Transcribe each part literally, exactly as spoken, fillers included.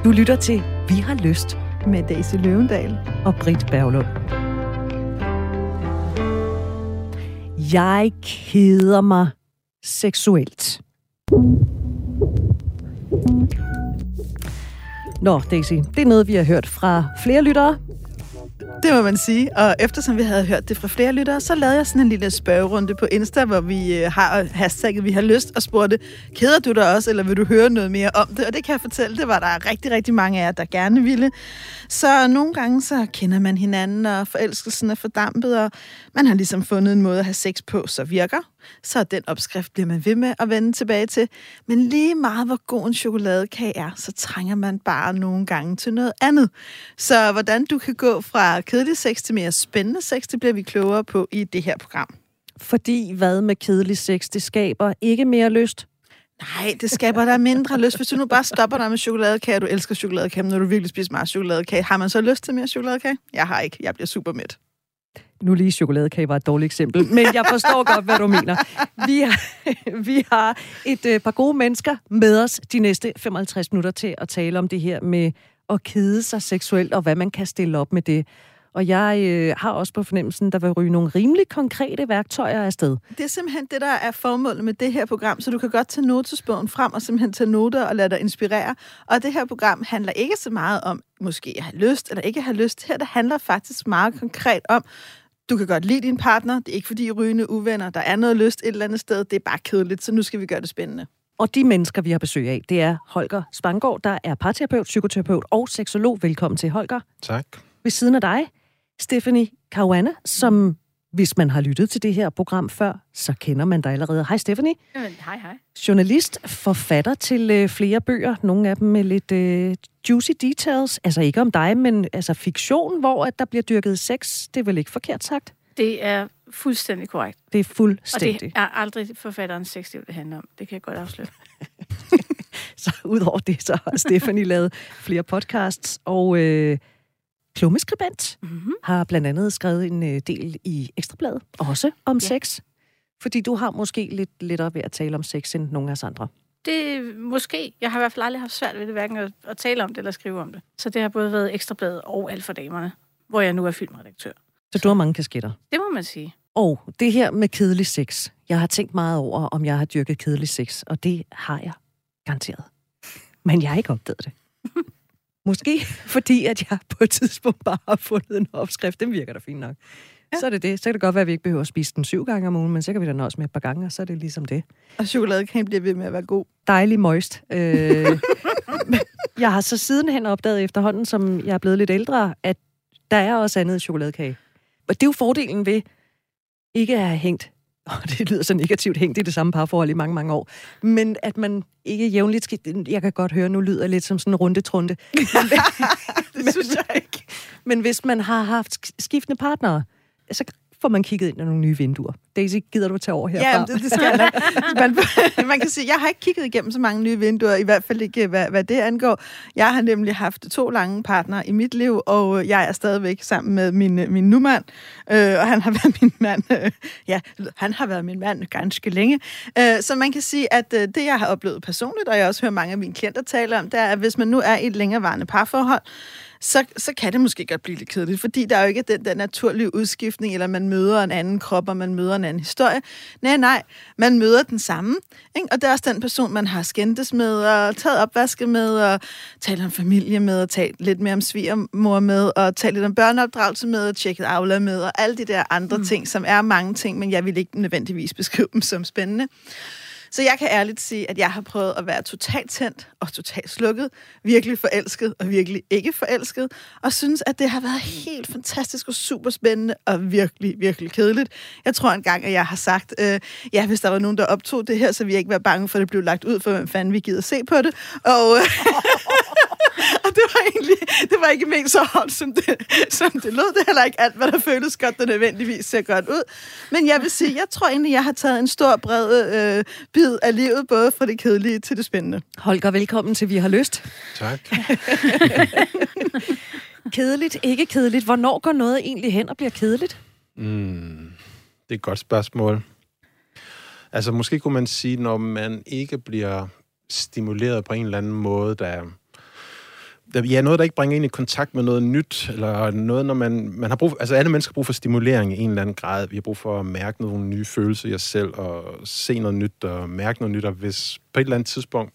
Du lytter til Vi har lyst med Daisy Løvendal og Britt Berglund. Jeg keder mig seksuelt. Nå, Daisy, det er noget, vi har hørt fra flere lyttere. Det må man sige, og eftersom vi havde hørt det fra flere lyttere, så lavede jeg sådan en lille spørgerunde på Insta, hvor vi har hashtagget Vi har lyst, og spurgte, keder du dig også, eller vil du høre noget mere om det? Og det kan jeg fortælle, det var der rigtig, rigtig mange af jer, der gerne ville. Så nogle gange så kender man hinanden, og forelskelsen er fordampet, og man har ligesom fundet en måde at have sex på, så virker. Så den opskrift bliver man ved med at vende tilbage til. Men lige meget hvor god en chokoladekage er, så trænger man bare nogle gange til noget andet. Så hvordan du kan gå fra kedelig sex til mere spændende sex, det bliver vi klogere på i det her program. Fordi hvad med kedelig sex, det skaber ikke mere lyst? Nej, det skaber der mindre lyst. Hvis du nu bare stopper dig med chokoladekage, og du elsker chokoladekage, når du virkelig spiser meget chokoladekage, har man så lyst til mere chokoladekage? Jeg har ikke. Jeg bliver super mæt. Nu lige chokoladekage var et dårligt eksempel, men jeg forstår godt, hvad du mener. Vi har, vi har et øh, par gode mennesker med os de næste femoghalvtreds minutter til at tale om det her med at kede sig seksuelt, og hvad man kan stille op med det. Og jeg øh, har også på fornemmelsen, der vil ryge nogle rimelig konkrete værktøjer afsted. Det er simpelthen det, der er formålet med det her program, så du kan godt tage notesbogen frem og simpelthen tage noter og lade dig inspirere. Og det her program handler ikke så meget om, måske at have lyst eller ikke at have lyst. Her det handler faktisk meget konkret om, du kan godt lide din partner, det er ikke fordi I er rygende uvenner, der er noget lyst et eller andet sted, det er bare kedeligt, så nu skal vi gøre det spændende. Og de mennesker, vi har besøg af, det er Holger Spanggaard, der er parterapeut, psykoterapeut og seksolog. Velkommen til, Holger. Tak. Ved siden af dig, Stephanie Caruana, som, hvis man har lyttet til det her program før, så kender man dig allerede. Hej, Stephanie. Jamen, hej, hej. Journalist, forfatter til øh, flere bøger, nogle af dem med lidt øh, juicy details. Altså ikke om dig, men altså fiktion, hvor at der bliver dyrket sex. Det er vel ikke forkert sagt? Det er fuldstændig korrekt. Det er fuldstændig. Og det er aldrig forfatterens sexliv, det handler om. Det kan jeg godt afsløre. Så udover det, så har Stephanie lavet flere podcasts, og øh, klummeskribent mm-hmm. har blandt andet skrevet en øh, del i Ekstrabladet, også om ja. sex. Fordi du har måske lidt lettere ved at tale om sex end nogle af os andre. Det måske. Jeg har i hvert fald aldrig haft svært ved det, hverken at, at tale om det eller skrive om det. Så det har både været Ekstrabladet og Alt for damerne, hvor jeg nu er filmredaktør. Så du har mange kasketter? Det må man sige. Og det her med kedelig sex. Jeg har tænkt meget over, om jeg har dyrket kedelig sex, og det har jeg garanteret. Men jeg har ikke opdaget det. Måske fordi, at jeg på et tidspunkt bare har fundet en opskrift. Den virker da fint nok. Ja. Så er det det. Så kan det godt være, at vi ikke behøver at spise den syv gange om ugen, men så kan vi da nøjes med et par gange, og så er det ligesom det. Og chokoladekagen bliver ved med at være god. Dejlig moist. Øh, jeg har så sidenhen opdaget efterhånden, som jeg er blevet lidt ældre, at der er også andet chokoladekage. Og det er jo fordelen ved ikke at have hængt, og det lyder så negativt, hængt i det samme parforhold i mange, mange år, men at man ikke jævnligt skal... Jeg kan godt høre, nu lyder jeg lidt som sådan en rundetrunde. Det synes jeg ikke. Men hvis man har haft skiftende partnere, så får man kigget ind i nogle nye vinduer. Daisy, gider du tage over herfra? Ja, det, det skal jeg. Man, man kan sige, jeg har ikke kigget igennem så mange nye vinduer, i hvert fald ikke, hvad, hvad det angår. Jeg har nemlig haft to lange partnere i mit liv, og jeg er stadigvæk sammen med min, min numand, øh, og han har været min mand, øh, ja, han har været min mand ganske længe. Øh, så man kan sige, at øh, det, jeg har oplevet personligt, og jeg også hører mange af mine klienter tale om, det er, at hvis man nu er i et længerevarende parforhold, Så, så kan det måske godt blive lidt kedeligt, fordi der er jo ikke den der naturlige udskiftning, eller man møder en anden krop, og man møder en anden historie. Nej, nej, man møder den samme, ikke? Og det er også den person, man har skændtes med, og taget opvasket med, og talt om familie med, og talt lidt mere om svigermor med, og talt lidt om børneopdragelse med, og tjekket Aula med, og alle de der andre mm. ting, som er mange ting, men jeg vil ikke nødvendigvis beskrive dem som spændende. Så jeg kan ærligt sige, at jeg har prøvet at være totalt tændt og totalt slukket, virkelig forelsket og virkelig ikke forelsket, og synes, at det har været helt fantastisk og super spændende og virkelig, virkelig kedeligt. Jeg tror engang, at jeg har sagt, øh, ja, hvis der var nogen, der optog det her, så ville jeg ikke være bange for, at det blev lagt ud, for hvem fanden vi gider se på det. Og, øh, og det var egentlig, det var ikke ment så hårdt, som det, som det lød. Det er heller ikke alt, hvad der føles godt, der nødvendigvis ser godt ud. Men jeg vil sige, jeg tror egentlig, jeg har taget en stor, bred øh, bid af livet, både fra det kedelige til det spændende. Holger, velkommen til Vi har lyst. Tak. Kedeligt, ikke kedeligt. Hvornår går noget egentlig hen og bliver kedeligt? Mm, det er et godt spørgsmål. Altså, måske kunne man sige, når man ikke bliver stimuleret på en eller anden måde, der ja, noget, der ikke bringer ind i kontakt med noget nyt, eller noget, når man, man har brug for, altså alle mennesker har brug for stimulering i en eller anden grad. Vi har brug for at mærke nogle nye følelser i os selv, og se noget nyt, og mærke noget nyt, og hvis på et eller andet tidspunkt,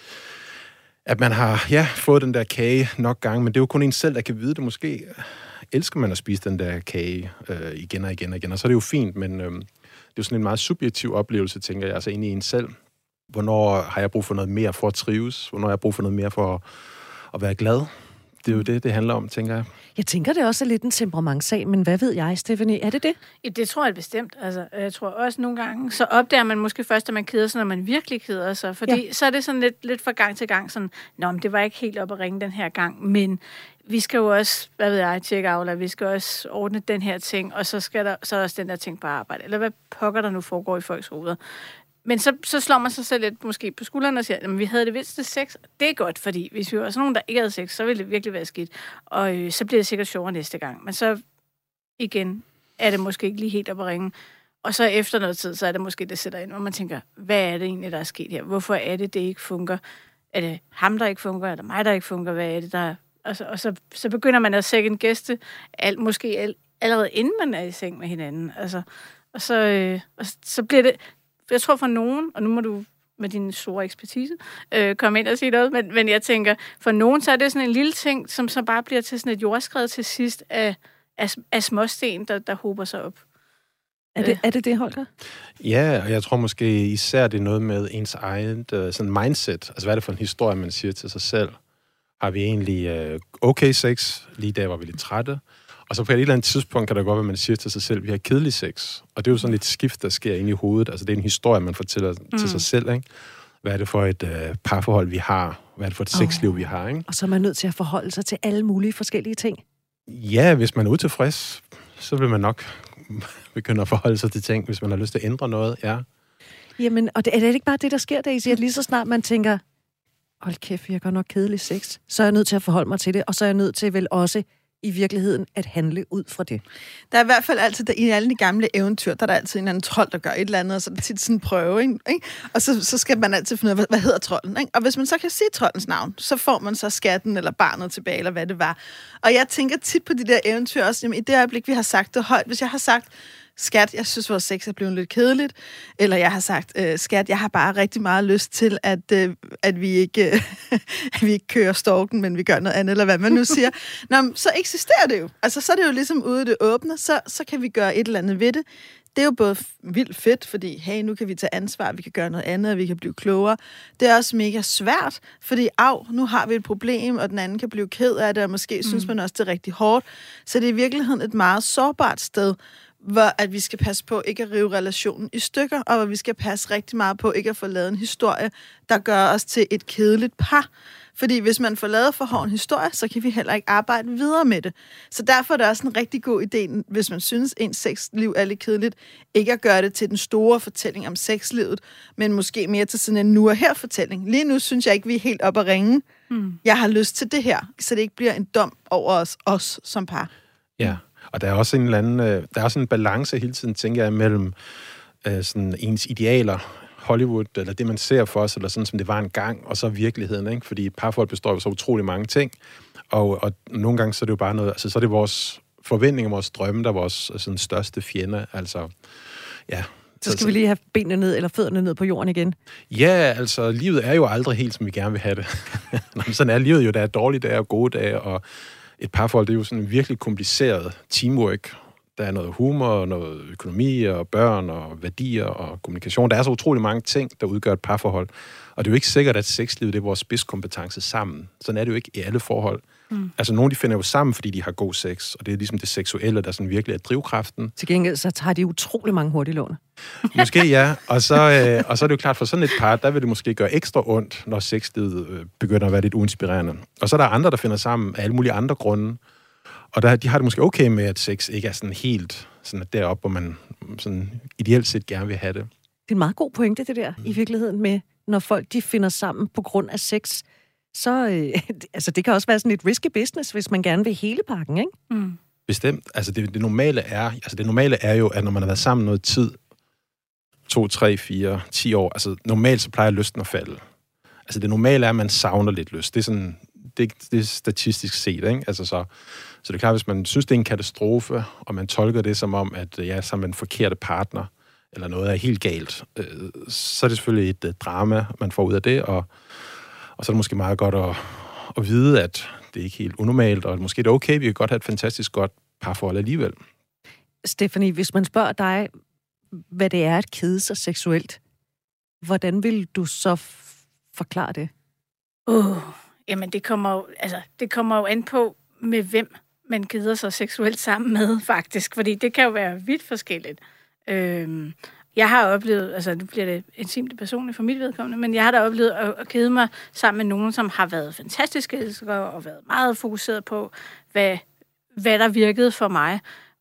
at man har, ja, fået den der kage nok gange, men det er jo kun en selv, der kan vide det. Måske elsker man at spise den der kage øh, igen og igen og igen, og så er det jo fint, men øh, det er jo sådan en meget subjektiv oplevelse, tænker jeg, altså inde i en selv. Hvornår har jeg brug for noget mere for at trives? Hvornår har jeg brug for noget mere for at, at være glad? Det er jo det, det handler om, tænker jeg. Jeg tænker, det også er lidt en temperamentsag, men hvad ved jeg, Stephanie? Er det det? Ja, det tror jeg bestemt. Altså, jeg tror også nogle gange, så opdager man måske først, at man keder sig, når man virkelig keder sig. Fordi ja. Så er det sådan lidt, lidt fra gang til gang sådan, nå, men det var ikke helt op at ringe den her gang, men vi skal jo også, hvad ved jeg, tjekke Aula, vi skal også ordne den her ting, og så skal der så er også den der ting på arbejde. Eller hvad pokker der nu foregår i folks hoveder. Men så, så slår man sig selv lidt måske på skulderen og siger, at vi havde det vildeste sex. Det er godt, fordi hvis vi var sådan nogen, der ikke havde sex, så ville det virkelig være skidt. Og øh, så bliver det sikkert sjovere næste gang. Men så igen er det måske ikke lige helt op at ringe. Og så efter noget tid, så er det måske, det sætter ind, hvor man tænker, hvad er det egentlig, der er sket her? Hvorfor er det, det ikke fungerer? Er det ham, der ikke fungerer? Er det mig, der ikke fungerer? Hvad er det, der... Og, så, og så, så begynder man at second gæste, alt, måske al, allerede inden man er i seng med hinanden. Altså, og, så, øh, og så bliver det... Jeg tror for nogen, og nu må du med din store ekspertise øh, komme ind og sige noget, men, men jeg tænker, for nogen, så er det sådan en lille ting, som så bare bliver til sådan et jordskred til sidst af, af, af småsten, der, der hober sig op. Er det, er det det, Holger? Ja, og jeg tror måske især, det er noget med ens eget uh, sådan mindset. Altså, hvad er det for en historie, man siger til sig selv? Har vi egentlig uh, okay sex, lige der var vi lidt trætte? Og så på et eller andet tidspunkt kan der godt være, at man siger til sig selv, at vi har kedelig sex. Og det er jo sådan et skift, der sker inde i hovedet. Altså det er en historie, man fortæller mm. til sig selv, ikke? Hvad er det for et uh, parforhold, vi har? Hvad er det for et oh. sexliv, vi har, ikke? Og så er man nødt til at forholde sig til alle mulige forskellige ting. Ja, hvis man er utilfreds, så vil man nok begynde at forholde sig til ting, hvis man har lyst til at ændre noget, ja. Jamen, og det, er det ikke bare det, der sker, Daisy? At lige så snart man tænker, hold kæft, jeg har godt nok kedelig sex, så er jeg nødt til at forholde mig til det, og så er jeg nødt til vel også i virkeligheden at handle ud fra det. Der er i hvert fald altid, der, i alle de gamle eventyr, der er der altid en anden trold, der gør et eller andet, og så er det tit sådan en prøve, ikke? Og så, så skal man altid finde ud af, hvad, hvad hedder trolden, ikke? Og hvis man så kan sige troldens navn, så får man så skatten eller barnet tilbage, eller hvad det var. Og jeg tænker tit på de der eventyr også, jamen, i det øjeblik, vi har sagt det højt, hvis jeg har sagt, skat, jeg synes, vores sex er blevet lidt kedeligt, eller jeg har sagt, øh, skat, jeg har bare rigtig meget lyst til, at, øh, at, vi ikke, øh, at vi ikke kører storken, men vi gør noget andet, eller hvad man nu siger. Nå, så eksisterer det jo. Altså, så er det jo ligesom ude i det åbne, så, så kan vi gøre et eller andet ved det. Det er jo både vildt fedt, fordi hey, nu kan vi tage ansvar, vi kan gøre noget andet, og vi kan blive klogere. Det er også mega svært, fordi af, nu har vi et problem, og den anden kan blive ked af det, og måske mm. synes man også, det er rigtig hårdt. Så det er i virkeligheden et meget sårbart sted, hvor at vi skal passe på ikke at rive relationen i stykker, og hvor vi skal passe rigtig meget på ikke at få lavet en historie, der gør os til et kedeligt par. Fordi hvis man får lavet for hård en historie, så kan vi heller ikke arbejde videre med det. Så derfor er det også en rigtig god idé, hvis man synes, ens sexliv er lidt kedeligt, ikke at gøre det til den store fortælling om sexlivet, men måske mere til sådan en nu og her fortælling. Lige nu synes jeg ikke, vi er helt op at ringe. Mm. Jeg har lyst til det her, så det ikke bliver en dom over os, os som par. Ja. Og der er også en eller anden, der er også en balance hele tiden, tænker jeg, mellem øh, sådan ens idealer, Hollywood, eller det, man ser for os, eller sådan, som det var engang, og så virkeligheden, ikke? Fordi et parforhold består jo så utrolig mange ting, og, og nogle gange så er det jo bare noget, altså så er det vores forventninger, vores drømme, der er vores sådan, største fjende, altså, ja. Så skal så, vi lige have benene ned, eller fødderne ned på jorden igen? Ja, altså, livet er jo aldrig helt, som vi gerne vil have det. Sådan er livet jo, der er dårlige dage og gode dage, og et parforhold, det er jo sådan en virkelig kompliceret teamwork. Der er noget humor, noget økonomi og børn og værdier og kommunikation. Der er så utrolig mange ting, der udgør et parforhold. Og det er jo ikke sikkert, at sexlivet det er vores spidskompetence sammen. Sådan er det jo ikke i alle forhold. Mm. Altså nogle de finder jo sammen, fordi de har god sex, og det er ligesom det seksuelle, der sådan virkelig er drivkraften. Til gengæld så tager de utrolig mange hurtiglån. Måske ja, og så, øh, og så er det jo klart, for sådan et par, der vil det måske gøre ekstra ondt, når sexlivet øh, begynder at være lidt uinspirerende. Og så er der andre, der finder sammen af alle mulige andre grunde. Og der, de har det måske okay med, at sex ikke er sådan helt sådan deroppe, hvor man sådan ideelt set gerne vil have det. Det er en meget god pointe, det der, mm. i virkeligheden med, når folk de finder sammen på grund af sex, så øh, altså, det kan også være sådan et risky business, hvis man gerne vil hele pakken, ikke? Mm. Bestemt. Altså det, det normale er, altså det normale er jo, at når man har været sammen noget tid, to, tre, fire, ti år, altså normalt så plejer lysten at falde. Altså det normale er, at man savner lidt lyst. Det er sådan det, det er statistisk set, ikke? Altså så, så det er klart, hvis man synes, det er en katastrofe, og man tolker det som om, at ja, så er man en forkerte partner, eller noget er helt galt, øh, så er det selvfølgelig et uh, drama, man får ud af det, og, og så er det måske meget godt at, at vide, at det er ikke helt unormalt, og måske det er okay, vi kan godt have et fantastisk godt parforhold alligevel. Stephanie, hvis man spørger dig, hvad det er at kede sig seksuelt, hvordan vil du så f- forklare det? Uh, jamen, det kommer, jo, altså, det kommer jo an på, med hvem man keder sig seksuelt sammen med, faktisk. Fordi det kan jo være vidt forskelligt. Øhm, jeg har oplevet, altså nu bliver det intimt personligt for mit vedkommende, men jeg har da oplevet at, at kede mig sammen med nogen, som har været fantastiske elskere og været meget fokuseret på, hvad, hvad der virkede for mig.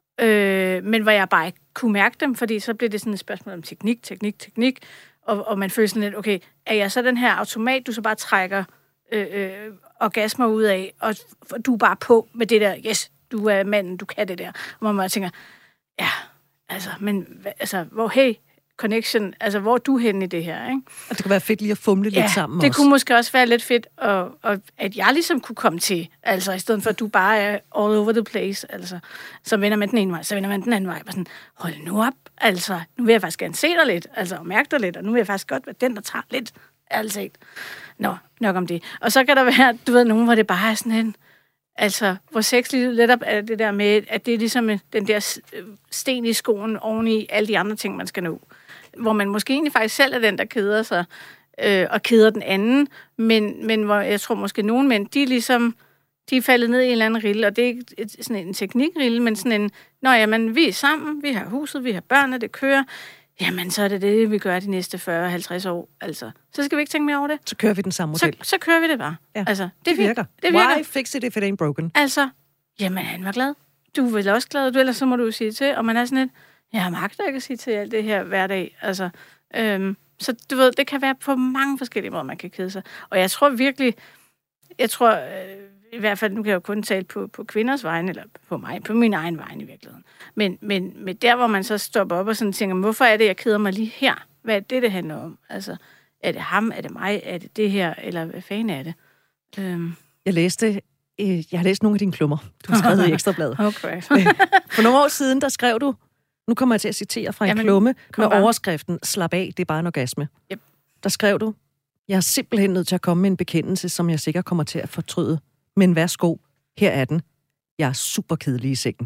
Øh, men hvor jeg bare ikke kunne mærke dem, fordi så blev det sådan et spørgsmål om teknik, teknik, teknik, og, og man føler sådan lidt, okay, er jeg så den her automat, du så bare trækker øh, øh, orgasmer ud af, og du er bare på med det der, yes, du er manden, du kan det der. Og man bare tænker, ja, altså, men altså, hvor, hey, connection, altså, hvor er du henne i det her, ikke? Og det kunne være fedt lige at fumle ja, lidt sammen det også. kunne måske også være lidt fedt, og, og at jeg ligesom kunne komme til, altså, i stedet for, at du bare er all over the place, altså, så vender man den ene vej, så vender man den anden vej, og sådan, hold nu op, altså, nu vil jeg faktisk gerne se dig lidt, altså, og mærke dig lidt, og nu vil jeg faktisk godt være den, der tager lidt, altså, nå, nok om det. Og så kan der være, du ved, nogen, hvor det bare er sådan en, altså, hvor sexlivet netop er det der med, at det er ligesom den der sten i skoen oven i alle de andre ting, man skal nå. Hvor man måske egentlig faktisk selv er den, der keder sig, øh, og keder den anden, men, men hvor jeg tror måske nogle mænd, de er ligesom, de er faldet ned i en eller anden rille, og det er ikke et, sådan en teknikrille, men sådan en, nå jamen, vi er sammen, vi har huset, vi har børnene, det kører, jamen, så er det det, vi gør de næste fyrre til halvtreds år, altså. Så skal vi ikke tænke mere over det. Så kører vi den samme model. Så, så kører vi det bare. Ja. Altså, det, det virker. Det virker. Why fix it if it ain't broken? Altså, jamen, han var glad. Du er vel også glad, du, ellers så må du jo sige til, og man er sådan lidt, jeg magter ikke at sige til alt det her hver dag, altså. Øhm, så du ved, det kan være på mange forskellige måder, man kan kede sig. Og jeg tror virkelig, jeg tror, øh, i hvert fald, nu kan jeg jo kun tale på, på kvinders vegne, eller på mig, på min egen vegne i virkeligheden. Men, men, men der, hvor man så stopper op og sådan tænker, hvorfor er det, jeg keder mig lige her? Hvad er det, det handler om? Altså, er det ham, er det mig, er det det her, eller hvad fanden er det? Øhm. Jeg læste, øh, jeg har læst nogle af dine klummer. Du har skrevet i Ekstrabladet. Okay. For nogle år siden, der skrev du, nu kommer jeg til at citere fra en Jamen, klumme med bare. Overskriften, slap af, det er bare en orgasme. Yep. Der skrev du, jeg er simpelthen nødt til at komme med en bekendelse, som jeg sikkert kommer til at fortryde. Men værsgo, her er den. Jeg er super kedelig i sengen.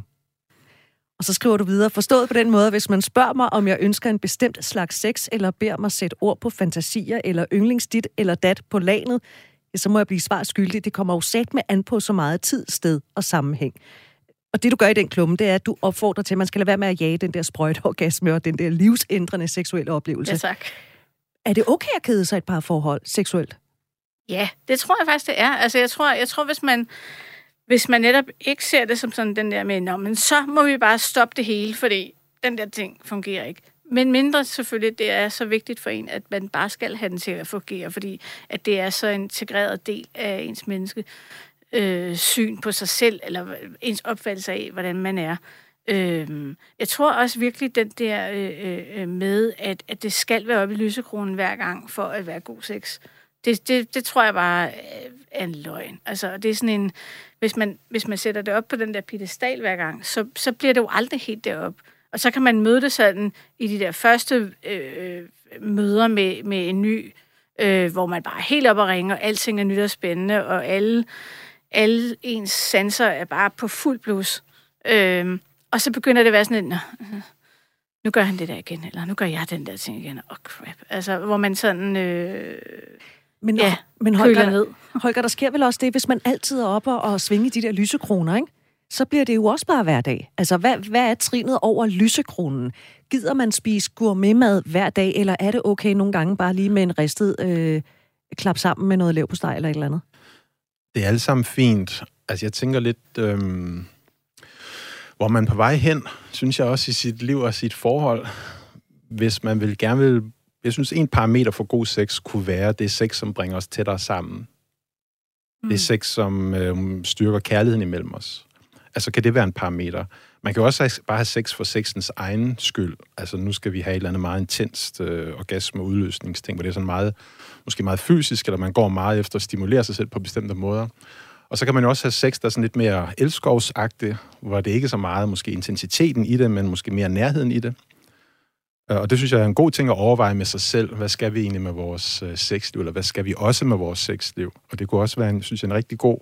Og så skriver du videre, forstået på den måde, hvis man spørger mig, om jeg ønsker en bestemt slags sex, eller beder mig sætte ord på fantasier, eller yndlingsdit, eller dat på lanet, så må jeg blive svar skyldig. Det kommer jo sat med an på så meget tid, sted og sammenhæng. Og det, du gør i den klumme, det er, at du opfordrer til, at man skal lade være med at jage den der sprøjteorgasme og den der livsændrende seksuelle oplevelse. Ja, tak. Er det okay at kede sig et par forhold seksuelt? Ja, det tror jeg faktisk, det er. Altså, jeg tror, jeg tror hvis man hvis man netop ikke ser det som sådan den der med, nå, men så må vi bare stoppe det hele, fordi den der ting fungerer ikke. Men mindre selvfølgelig, det er så vigtigt for en, at man bare skal have den til at fungere, fordi at det er så en integreret del af ens menneske. Øh, syn på sig selv, eller ens opfattelse af, hvordan man er. Øh, jeg tror også virkelig, den der øh, øh, med, at, at det skal være oppe i lysekronen hver gang, for at være god sex. Det, det, det tror jeg bare er en løgn. Altså, det er sådan en, hvis man, hvis man sætter det op på den der piedestal hver gang, så, så bliver det jo aldrig helt derop. Og så kan man møde det sådan i de der første øh, møder med, med en ny, øh, hvor man bare er helt op og ringer, og alting er nyt og spændende, og alle alle ens sanser er bare på fuld blus. Øhm, og så begynder det at være sådan en, nu gør han det der igen, eller nu gør jeg den der ting igen. Åh, oh, crap. Altså, hvor man sådan, øh, men, ja, men Holger, ned. Holger, der sker vel også det, hvis man altid er oppe og, og svinge de der lysekroner, ikke? Så bliver det jo også bare hverdag. Altså, hvad, hvad er trinet over lysekronen? Gider man spise gourmetmad hver dag, eller er det okay nogle gange bare lige med en ristet øh, klap sammen med noget leverpostej eller et eller andet? Det er alt sammen fint. Altså, jeg tænker lidt, øhm, hvor man er på vej hen, synes jeg også i sit liv og sit forhold, hvis man vil gerne vil... Jeg synes, en parameter for god sex kunne være, det er sex, som bringer os tættere sammen. Mm. Det er sex, som øhm, styrker kærligheden imellem os. Altså, kan det være en parameter? Man kan også have, bare have sex for sexens egen skyld. Altså, nu skal vi have et eller andet meget intenst øh, orgasme-udløsningsting, hvor det er sådan meget, måske meget fysisk, eller man går meget efter at stimulere sig selv på bestemte måder. Og så kan man jo også have sex, der er sådan lidt mere elskovsagtigt, hvor det ikke er så meget måske intensiteten i det, men måske mere nærheden i det. Og det synes jeg er en god ting at overveje med sig selv. Hvad skal vi egentlig med vores øh, sexliv, eller hvad skal vi også med vores sexliv? Og det kunne også være, en, synes jeg, en rigtig god,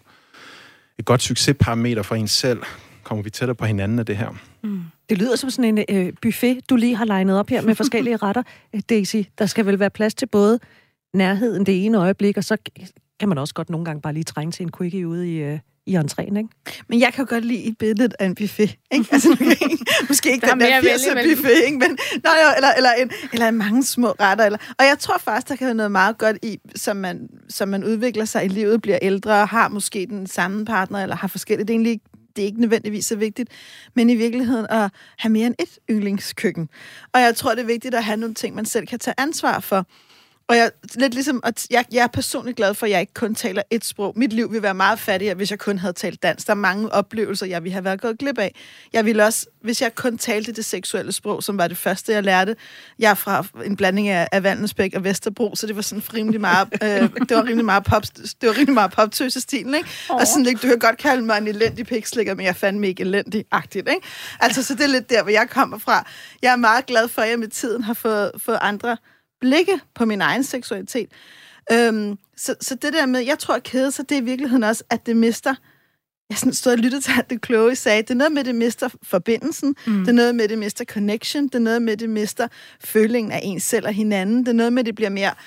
et godt succesparameter for en selv. Kommer vi tættere på hinanden af det her? Mm. Det lyder som sådan en øh, buffet, du lige har legnet op her med forskellige retter, Daisy. Der skal vel være plads til både nærheden det ene øjeblik, og så kan man også godt nogle gange bare lige trænge til en quickie ude i, øh, i entréen, ikke? Men jeg kan godt lide et billede af en buffet, ikke? Altså, måske ikke den der firser buffet, ikke? Men, nej, eller, eller, en, eller mange små retter. Eller, og jeg tror faktisk, der kan være noget meget godt i, som man, som man udvikler sig i livet, bliver ældre, har måske den samme partner, eller har forskellige. Det er egentlig det er ikke nødvendigvis så vigtigt, men i virkeligheden at have mere end et yndlingskøkken. Og jeg tror, det er vigtigt at have nogle ting, man selv kan tage ansvar for. Og jeg, lidt ligesom, at jeg, jeg er personligt glad for, at jeg ikke kun taler et sprog. Mit liv ville være meget fattigere, hvis jeg kun havde talt dansk. Der er mange oplevelser, jeg ville have været gået glip af. Jeg ville også, hvis jeg kun talte det seksuelle sprog, som var det første, jeg lærte. Jeg er fra en blanding af, af Vallensbæk og Vesterbro, så det var sådan rimelig meget, øh, det var rimelig meget pop, det var rimelig meget poptøse-stilen, ikke? Oh. Og sådan lidt, du kan godt kalde mig en elendig pikslikker, men jeg fandt mig ikke elendig-agtigt, ikke? Altså, så det er lidt der, hvor jeg kommer fra. Jeg er meget glad for, at jeg med tiden har fået, fået andre blikke på min egen seksualitet. Øhm, så, så det der med, jeg tror, at kede sig, det er i virkeligheden også, at det mister, jeg sådan stod og lyttede til, at det kloge sagde, det er noget med, det mister forbindelsen, mm. det er noget med, det mister connection, det er noget med, det mister følingen af ens selv og hinanden, det er noget med, det bliver mere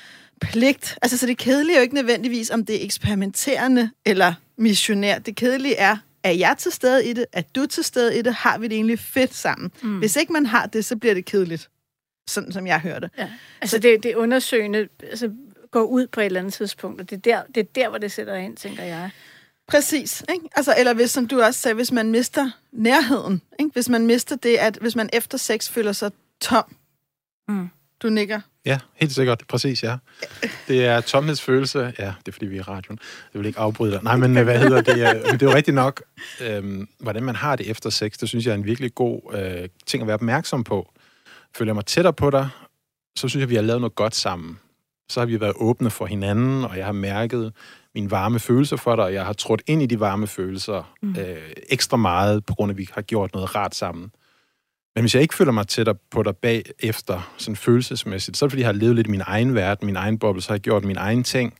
pligt. Altså, så det kedelige er jo ikke nødvendigvis, om det er eksperimenterende eller missionær. Det kedelige er, er jeg til stede i det? Er du til stede i det? Har vi det egentlig fedt sammen? Mm. Hvis ikke man har det, så bliver det kedeligt. Sådan som jeg hørte. Ja. Altså det, det undersøgende altså, går ud på et eller andet tidspunkt, og det er der, det er der hvor det sætter ind, tænker jeg. Præcis. Ikke? Altså, eller hvis, som du også sagde, hvis man mister nærheden. Ikke? Hvis man mister det, at hvis man efter sex føler sig tom. Mm. Du nikker. Ja, helt sikkert. Præcis, ja. Det er tomhedsfølelse. Ja, det er fordi, vi er i radioen. Det vil ikke afbryde dig. Nej, men hvad hedder det? Det er jo rigtigt nok, øhm, hvordan man har det efter sex. Det synes jeg er en virkelig god øh, ting at være opmærksom på. Føler jeg mig tættere på dig, så synes jeg, vi har lavet noget godt sammen. Så har vi været åbne for hinanden, og jeg har mærket mine varme følelser for dig, og jeg har trådt ind i de varme følelser mm. øh, ekstra meget, på grund af, at vi har gjort noget rart sammen. Men hvis jeg ikke føler mig tættere på dig bagefter, sådan følelsesmæssigt, så er det, fordi jeg har levet lidt i min egen verden, min egen boble, så har jeg gjort mine egne ting,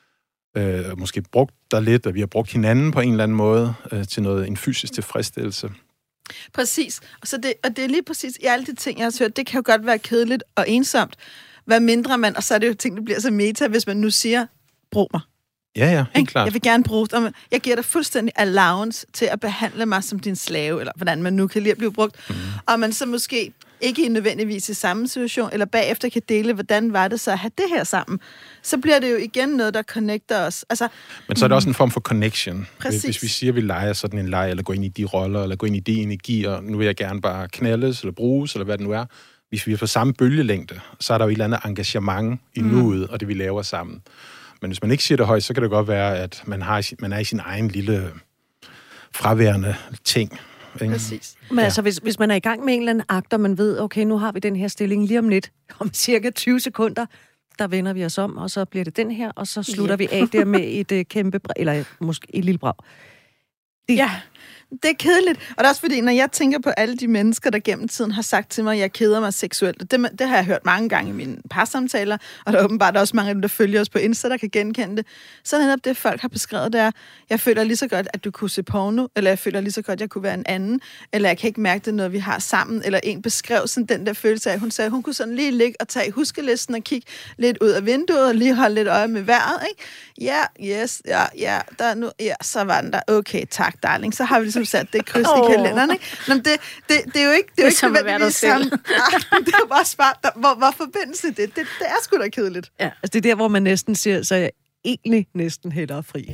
øh, måske brugt dig lidt, og vi har brugt hinanden på en eller anden måde øh, til noget, en fysisk tilfredsstillelse. Præcis. Og, så det, og det er lige præcis i alle de ting, jeg har hørt, det kan jo godt være kedeligt og ensomt. Hvad mindre man, og så er det jo ting, der bliver så meta, hvis man nu siger, brug mig. Ja, ja, helt klart. Jeg vil gerne bruge dig. Jeg giver dig fuldstændig allowance til at behandle mig som din slave, eller hvordan man nu kan lide at blive brugt. Mm. Og man så måske ikke nødvendigvis i samme situation, eller bagefter kan dele, hvordan var det så at have det her sammen. Så bliver det jo igen noget, der connecter os. Altså, men så er det også en form for connection. Præcis. Hvis vi siger, at vi leger sådan en leg, eller går ind i de roller, eller går ind i de energier, nu vil jeg gerne bare knaldes, eller bruges, eller hvad det nu er. Hvis vi er på samme bølgelængde, så er der jo et eller andet engagement i nuet, mm. og det vi laver sammen. Men hvis man ikke siger det højt, så kan det godt være, at man, har, man er i sin egen lille fraværende ting. Ikke? Præcis. Men ja. altså, hvis, hvis man er i gang med en eller anden akt, og man ved, okay, nu har vi den her stilling lige om lidt, om cirka tyve sekunder, der vender vi os om, og så bliver det den her, og så slutter yeah. vi af der med et uh, kæmpe, eller måske et lille brag. Det, ja. Det er kedeligt. Og det er også fordi, når jeg tænker på alle de mennesker, der gennem tiden har sagt til mig, at jeg keder mig seksuelt, det, det har jeg hørt mange gange i mine parsamtaler, og der er åbenbart også mange af dem, der følger os på Insta, der kan genkende det. Så er det netop det, folk har beskrevet, der. Jeg føler lige så godt, at du kunne se porno, eller jeg føler lige så godt, at jeg kunne være en anden, eller jeg kan ikke mærke det, når vi har sammen, eller en beskrev sådan den der følelse af, hun sagde, hun kunne sådan lige ligge og tage huskelisten og kigge lidt ud af vinduet, og lige holde lidt øje med vejret, ikke? Ja, yes, ja, ja, der nu, ja, så var den der. Okay, tak, darling. Så har vi ligesom sat det kryds oh. i kalenderen, ikke? Nå, det, det, det er jo ikke, det er jo ikke nødvendigvis sammen. Ah, det er jo bare smart. Hvor, hvor forbindelse det? det? Det er sgu da kedeligt. Ja, altså det er der, hvor man næsten siger, så jeg egentlig næsten hellere fri.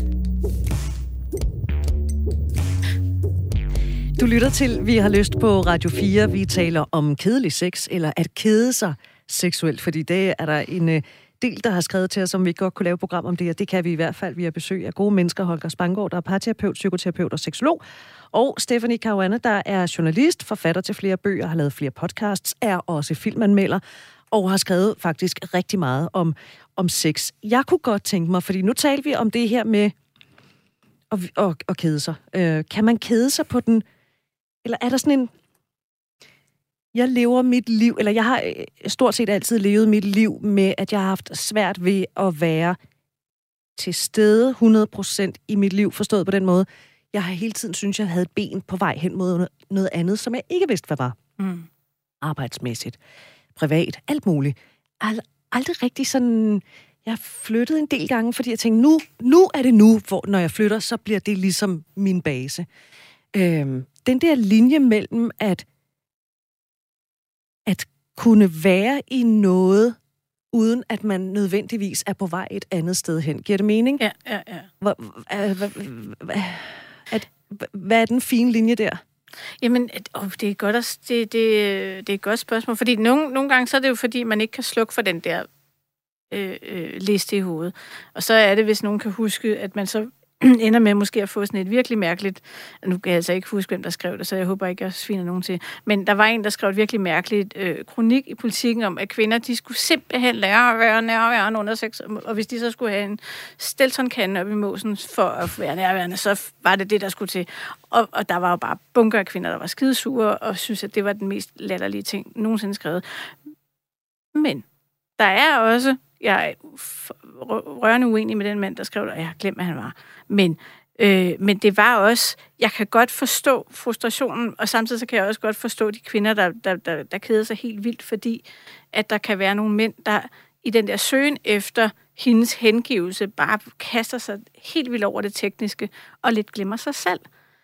Du lytter til Vi har lyst på Radio fire. Vi taler om kedelig sex, eller at kede sig seksuelt, fordi det er der en del, der har skrevet til os, om vi godt kunne lave et program om det, og det kan vi i hvert fald via besøg af gode mennesker. Holger Spanggaard, der er parterapeut, psykoterapeut og seksolog, og Stephanie Caruana, der er journalist, forfatter til flere bøger, har lavet flere podcasts, er også filmanmelder, og har skrevet faktisk rigtig meget om, om sex. Jeg kunne godt tænke mig, fordi nu taler vi om det her med at, at, at kede sig. Øh, kan man kede sig på den, eller er der sådan en, jeg lever mit liv, eller jeg har stort set altid levet mit liv med, at jeg har haft svært ved at være til stede hundrede procent i mit liv, forstået på den måde. Jeg har hele tiden syntes, jeg havde et ben på vej hen mod noget andet, som jeg ikke vidste, hvad var. Mm. Arbejdsmæssigt, privat, alt muligt. Ald- aldrig rigtig sådan... Jeg flyttede en del gange, fordi jeg tænkte, nu, nu er det nu, hvor når jeg flytter, så bliver det ligesom min base. Øhm, den der linje mellem at at kunne være i noget, uden at man nødvendigvis er på vej et andet sted hen. Giver det mening? Ja, ja, ja. Hvad, hvad, hvad, at, hvad er den fine linje der? Jamen, åh, det er godt at, det, det, det er et godt spørgsmål, fordi nogle, nogle gange så er det jo, fordi man ikke kan slukke for den der øh, øh, liste i hovedet. Og så er det, hvis nogen kan huske, at man så ender med måske at få sådan et virkelig mærkeligt... Nu kan jeg altså ikke huske, hvem der skrev det, så jeg håber ikke, jeg sviner nogen til. Men der var en, der skrev et virkelig mærkeligt øh, kronik i Politikken om, at kvinder, de skulle simpelthen lære at være nærværende under sex. Og hvis de så skulle have en Stelton-kande op i måsen for at være nærværende, så var det det, der skulle til. Og, og der var jo bare bunker af kvinder, der var skidesure og synes, at det var den mest latterlige ting nogensinde skrevet. Men der er også... Jeg er rørende uenig med den mand, der skrev det, og jeg har glemt, hvad han var. Men, øh, men det var også, jeg kan godt forstå frustrationen, og samtidig så kan jeg også godt forstå de kvinder, der, der, der, der keder sig helt vildt, fordi at der kan være nogle mænd, der i den der søgen efter hendes hengivelse bare kaster sig helt vildt over det tekniske, og lidt glemmer sig selv.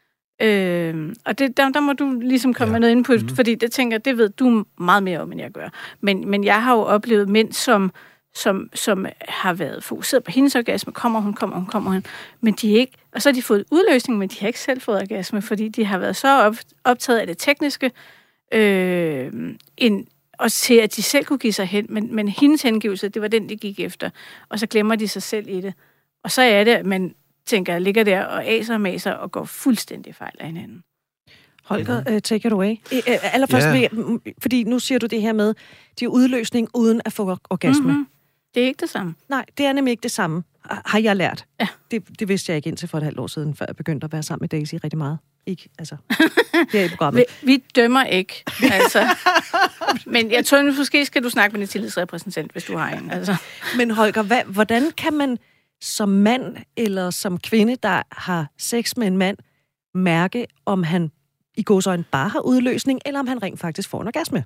Øh, og det, der, der må du ligesom komme ja. med noget ind på, mm-hmm. fordi det tænker det ved du meget mere om, end jeg gør. Men, men jeg har jo oplevet mænd, som Som, som har været fokuseret på hendes orgasme. Kommer hun, kommer hun, kommer hun. Men de ikke... Og så har de fået udløsning, men de har ikke selv fået orgasme, fordi de har været så op, optaget af det tekniske, øh, en, og til, at de selv kunne give sig hen. Men, men hendes hengivelse, det var den, de gik efter. Og så glemmer de sig selv i det. Og så er det, at man tænker, ligger der og aser og maser og går fuldstændig fejl af hinanden. Holger, uh, take it away. Uh, allerførst, yeah. fordi nu siger du det her med, de udløsning uden at få orgasme. Mm-hmm. Det er ikke det samme. Nej, det er nemlig ikke det samme, har jeg lært. Ja. Det, det vidste jeg ikke indtil for et halvt år siden, før jeg begyndte at være sammen med Daisy rigtig meget. Ikke, altså, det er i programmet. Vi, vi dømmer ikke, altså. Men jeg tror, nu måske skal du snakke med din tillidsrepræsentant, hvis du har en. Altså. Men Holger, hvad, hvordan kan man som mand eller som kvinde, der har sex med en mand, mærke, om han i gåseøjne bare har udløsning, eller om han rent faktisk får en orgasme?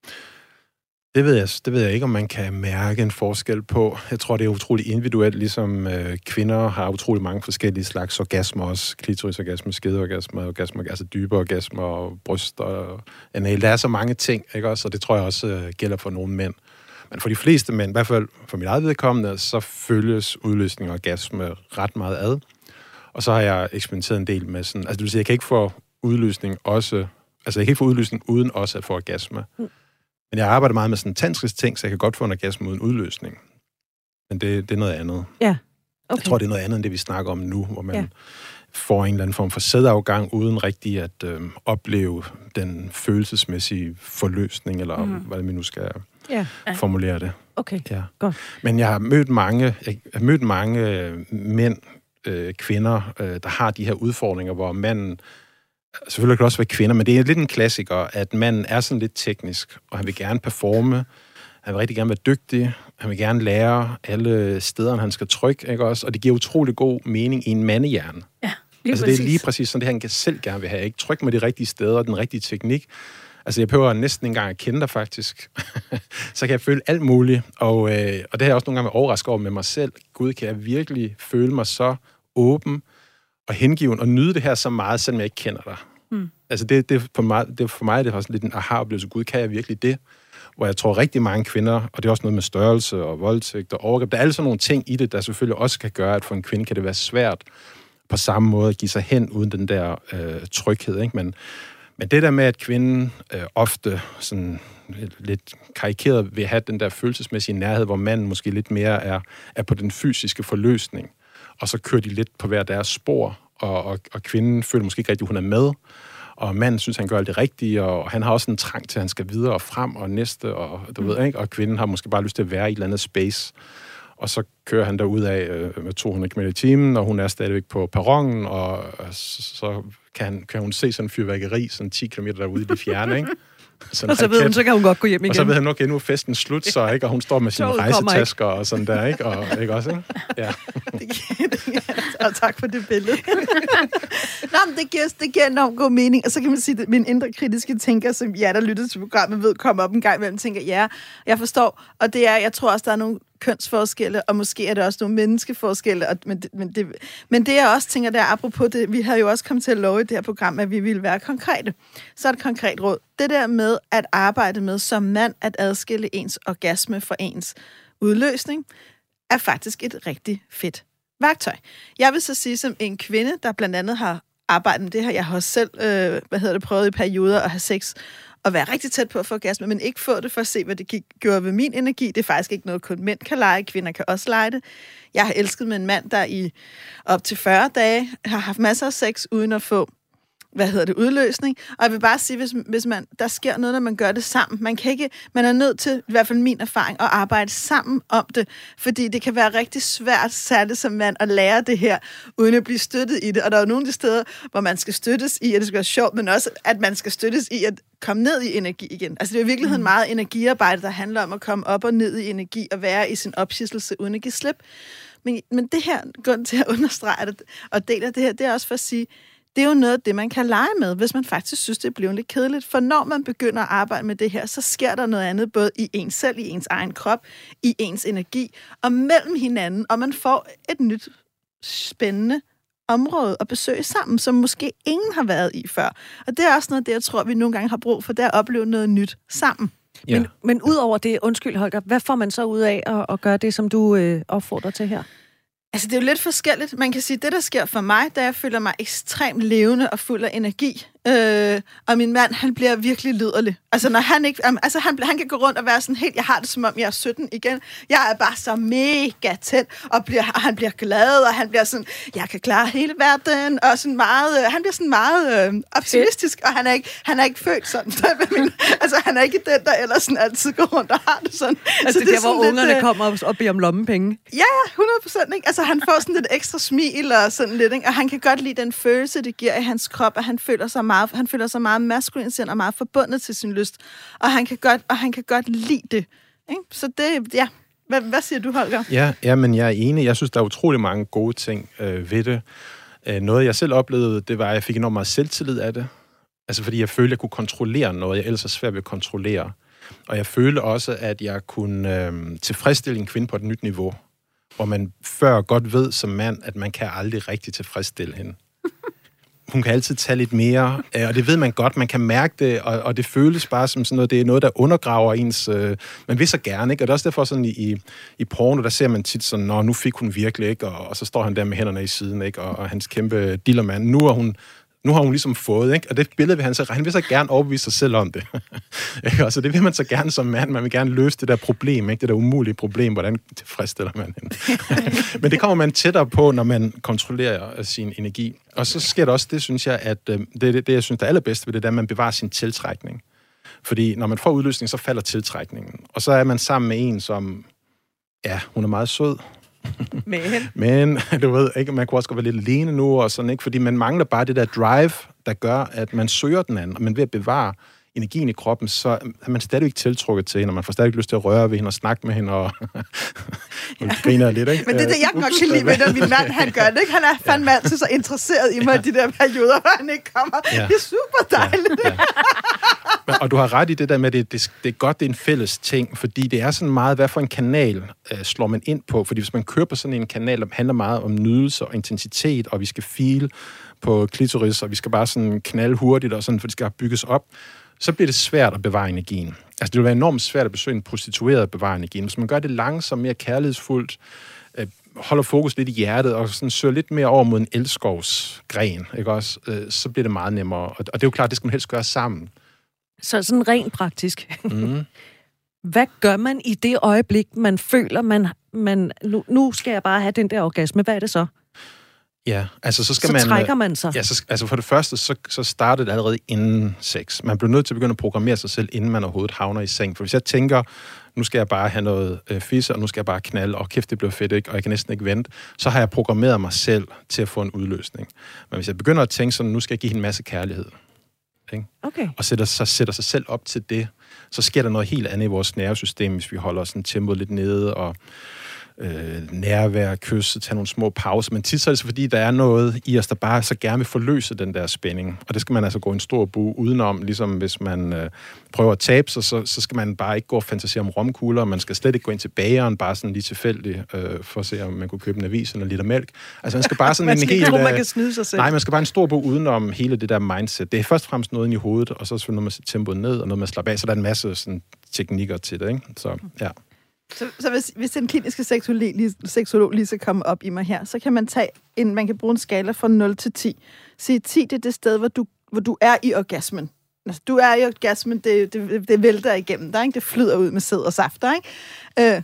Det ved jeg, det ved jeg ikke, om man kan mærke en forskel på. Jeg tror, det er utroligt individuelt, ligesom øh, kvinder har utrolig mange forskellige slags orgasmer, også klitorisorgasmer, skedeorgasmer, orgasmer, altså dybe orgasmer, og bryst og anal. Der er så mange ting, ikke også? Og det tror jeg også øh, gælder for nogle mænd. Men for de fleste mænd, i hvert fald for mit eget vedkommende, så følges udløsning og orgasme ret meget ad. Og så har jeg eksperimenteret en del med sådan... Altså det vil sige, jeg kan ikke få udløsning også... Altså jeg kan ikke få udløsning uden også at få orgasme. Mm. Men jeg arbejder meget med sådan en tantrisk ting, så jeg kan godt få en orgasme uden udløsning. Men det, det er noget andet. Ja, okay. Jeg tror, det er noget andet, end det vi snakker om nu, hvor man ja. får en eller anden form for sædafgang, uden rigtig at øh, opleve den følelsesmæssige forløsning, eller mm. hvad man nu skal ja. formulere det. Okay, ja. godt. Men jeg har mødt mange, jeg har mødt mange mænd, øh, kvinder, øh, der har de her udfordringer, hvor manden... Selvfølgelig kan det også være kvinder, men det er lidt en klassiker, at manden er sådan lidt teknisk, og han vil gerne performe, han vil rigtig gerne være dygtig, han vil gerne lære alle steder, han skal trykke, ikke også? Og det giver utrolig god mening i en mandehjerne. Ja, altså det er lige præcis sådan, det han selv gerne vil have, ikke? Tryk med de rigtige steder, den rigtige teknik. Altså jeg behøver næsten ikke engang at kende dig faktisk. Så kan jeg føle alt muligt, og, øh, og det har jeg også nogle gange været overrasket over med mig selv. Gud, kan jeg virkelig føle mig så åben og hengiven, og nyde det her så meget, selvom jeg ikke kender dig. Mm. Altså det, det, for mig, det for mig det er også lidt en aha-oplevelse. Gud, kan jeg virkelig det? Hvor jeg tror rigtig mange kvinder, og det er også noget med størrelse og voldtægt og overgreb, der er alle sådan nogle ting i det, der selvfølgelig også kan gøre, at for en kvinde kan det være svært på samme måde at give sig hen uden den der øh, tryghed, ikke? Men, Men det der med, at kvinden øh, ofte sådan lidt karikeret vil have den der følelsesmæssige nærhed, hvor manden måske lidt mere er, er på den fysiske forløsning, og så kører de lidt på hver deres spor, og, og, og kvinden føler måske ikke rigtig, hun er med, og manden synes, han gør alt det rigtige, og han har også en trang til, at han skal videre og frem og næste, og du mm. ved ikke, og kvinden har måske bare lyst til at være i et eller andet space, og så kører han derud af øh, med to hundrede kilometer i timen, og hun er stadigvæk på perronen, og øh, så kan, han, kan hun se sådan en fyrværkeri, sådan ti kilometer derude i det fjerne, ikke? Sådan og så ved hun, så kan hun godt gå hjem igen. Og så ved han, okay, nu er festen slut, så, ikke? Og hun står med sine rejsetasker og sådan der, ikke? Og, ikke også, ikke? Ja. Og tak for det billede. Nå, men det giver, det giver enormt god mening. Og så kan man sige, at min indre kritiske tænker, som jer, der lytter til programmet, ved komme op en gang imellem, tænker, ja, jeg forstår. Og det er, jeg tror også, der er nogle kønsforskelle, og måske er det også nogle menneskeforskelle, og, men, det, men, det, men det jeg også tænker, der apropos det, vi havde jo også kommet til at love i det her program, at vi ville være konkrete. Så er det et konkret råd. Det der med at arbejde med som mand, at adskille ens orgasme fra ens udløsning, er faktisk et rigtig fedt værktøj. Jeg vil så sige, som en kvinde, der blandt andet har arbejdet med det her, jeg har også selv, øh, hvad hedder det, prøvet i perioder at have sex, og være rigtig tæt på at få orgasme, men ikke få det for at se, hvad det gik, gjorde ved min energi. Det er faktisk ikke noget, kun mænd kan lege. Kvinder kan også lege det. Jeg har elsket med en mand, der i op til fyrre dage har haft masser af sex, uden at få, hvad hedder det, udløsning. Og jeg vil bare sige, hvis, hvis man, der sker noget, når man gør det sammen. Man kan ikke, man er nødt til, i hvert fald min erfaring, at arbejde sammen om det, fordi det kan være rigtig svært, særligt som mand, at lære det her, uden at blive støttet i det. Og der er jo nogle af de steder, hvor man skal støttes i, at det skal være sjovt, men også, at man skal støttes i at komme ned i energi igen. Altså det er i virkeligheden meget energiarbejde, der handler om at komme op og ned i energi, og være i sin opshidselse, uden at give slip. Men, men det her, grund til at understrege det, og dele det her, det er også for at sige, det er jo noget af det, man kan lege med, hvis man faktisk synes, det bliver lidt kedeligt. For når man begynder at arbejde med det her, så sker der noget andet, både i ens selv, i ens egen krop, i ens energi, og mellem hinanden, og man får et nyt, spændende område at besøge sammen, som måske ingen har været i før. Og det er også noget af det, jeg tror, vi nogle gange har brug for, det er at opleve noget nyt sammen. Ja. Men, men ud over det, undskyld Holger, hvad får man så ud af at, at gøre det, som du øh, opfordrer til her? Altså, det er jo lidt forskelligt. Man kan sige, at det, der sker for mig, da jeg føler mig ekstremt levende og fuld af energi, øh, og min mand, han bliver virkelig liderlig. Altså, når han ikke... Altså, han, han kan gå rundt og være sådan helt... Jeg har det, som om jeg er sytten igen. Jeg er bare så mega tæt, og, bliver, og han bliver glad, og han bliver sådan... Jeg kan klare hele verden, og sådan meget... Øh, han bliver sådan meget øh, optimistisk, og han er, ikke, han er ikke født sådan. Altså, han er ikke den, der ellers sådan altid går rundt og har det sådan. Altså, så det er der, hvor ungerne lidt, øh, kommer op og beder om lommepenge? Ja, hundrede procent, ikke? Altså, han får sådan lidt ekstra smil og sådan lidt, ikke? Og han kan godt lide den følelse, det giver i hans krop, og han føler sig meget, han føler sig meget maskulin og meget forbundet til sin lyst, og han kan godt, og han kan godt lide det, ikke? Så det, ja. Hvad, hvad siger du, Holger? Ja, ja, men jeg er enig. Jeg synes, der er utrolig mange gode ting øh, ved det. Øh, noget, jeg selv oplevede, det var, at jeg fik enormt meget selvtillid af det. Altså, fordi jeg følte, at jeg kunne kontrollere noget, jeg ellers er svært ved at kontrollere. Og jeg følte også, at jeg kunne øh, tilfredsstille en kvinde på et nyt niveau, hvor man før godt ved som mand, at man kan aldrig rigtig tilfredsstille hende. Hun kan altid tage lidt mere, og det ved man godt, man kan mærke det, og, og det føles bare som sådan noget, det er noget, der undergraver ens... Øh, man vil så gerne, ikke? Og det er også derfor sådan i, i porno, der ser man tit sådan, nå, nu fik hun virkelig, ikke? Og, og så står han der med hænderne i siden, ikke? Og, og hans kæmpe dillermand, nu er hun... Nu har hun ligesom fået, ikke? Og det billede vil han så... Han vil så gerne overbevise sig selv om det. Og så det vil man så gerne som mand. Man vil gerne løse det der problem, ikke? Det der umulige problem. Hvordan tilfredsstiller man hende? Men det kommer man tættere på, når man kontrollerer sin energi. Og så sker der også det, synes jeg, at det, det, det jeg synes, der er allerbedst ved det, er, at man bevarer sin tiltrækning. Fordi når man får udløsning, så falder tiltrækningen. Og så er man sammen med en, som... Ja, hun er meget sød. Men. Men, du ved, ikke, man kunne også godt være lidt alene nu, og sådan, ikke? Fordi man mangler bare det der drive, der gør, at man søger den anden, og man ved at bevare energien i kroppen, så er man stadigvæk tiltrukket til hende, og man får stadig lyst til at røre ved hende og snakke med hende, og, og griner lidt, ikke? Men det er det, jeg godt kan lide ved, når min mand, han gør det, ikke? Han er fandme ja. altid så interesseret i mig i de der perioder, hvor han ikke kommer. Ja. Det er super dejligt. Ja. Ja. Og du har ret i det der med, at det, det, det er godt, det er en fælles ting, fordi det er sådan meget, hvad for en kanal øh, slår man ind på, fordi hvis man kører på sådan en kanal, der handler meget om nydelse og intensitet, og vi skal feel på klitoris, og vi skal bare sådan knalde hurtigt, og sådan, for det skal bygges op, så bliver det svært at bevare energien. Altså, det vil være enormt svært at besøge en prostitueret at bevare energien. Hvis man gør det langsomt, mere kærlighedsfuldt, øh, holder fokus lidt i hjertet, og sådan søger lidt mere over mod en elskovsgren, ikke også? Øh, så bliver det meget nemmere. Og, og det er jo klart, det skal man helst gøre sammen. Så sådan rent praktisk. Mm. Hvad gør man i det øjeblik, man føler, man, man nu, nu skal jeg bare have den der orgasme? Hvad er det så? Ja, altså så skal så man... Så trækker man sig. Ja, så, altså for det første, så, så starter det allerede inden sex. Man bliver nødt til at begynde at programmere sig selv, inden man overhovedet havner i seng. For hvis jeg tænker, nu skal jeg bare have noget øh, fisse, og nu skal jeg bare knalde, og kæft, det bliver fedt, ikke? Og jeg kan næsten ikke vente, så har jeg programmeret mig selv til at få en udløsning. Men hvis jeg begynder at tænke sådan, nu skal jeg give hende en masse kærlighed, ikke? Okay. Og sætter, så sætter sig selv op til det, så sker der noget helt andet i vores nervesystem, hvis vi holder sådan tempoet lidt nede, og øh, nærvær, kysse, tage nogle små pauser. Men tit så er det så, fordi der er noget i os, der bare så gerne vil forløse den der spænding. Og det skal man altså gå en stor bue udenom, ligesom hvis man øh, prøver at tabe sig, så, så skal man bare ikke gå og fantasere om romkugler, man skal slet ikke gå ind til bageren, bare sådan lige tilfældigt, øh, for at se, om man kunne købe en avis eller en liter mælk. Altså man skal bare sådan man skal en ikke helt... tro, man kan snyde sig selv. Nej, man skal bare en stor bue udenom hele det der mindset. Det er først og fremmest noget ind i hovedet, og så er selvfølgelig noget med at sætte tempoet ned, og noget med at slappe af, så der er en masse sådan, teknikker til det, ikke? Så, ja. Så, så hvis, hvis den kliniske seksolog lige, seksolog lige skal komme op i mig her, så kan man tage en, man kan bruge en skala fra nul til ti. Sige ti, det er det sted, hvor du, hvor du er i orgasmen. Altså, du er i orgasmen, det, det, det vælter igennem dig, ikke? Det flyder ud med sæd og safter, ikke? Øh.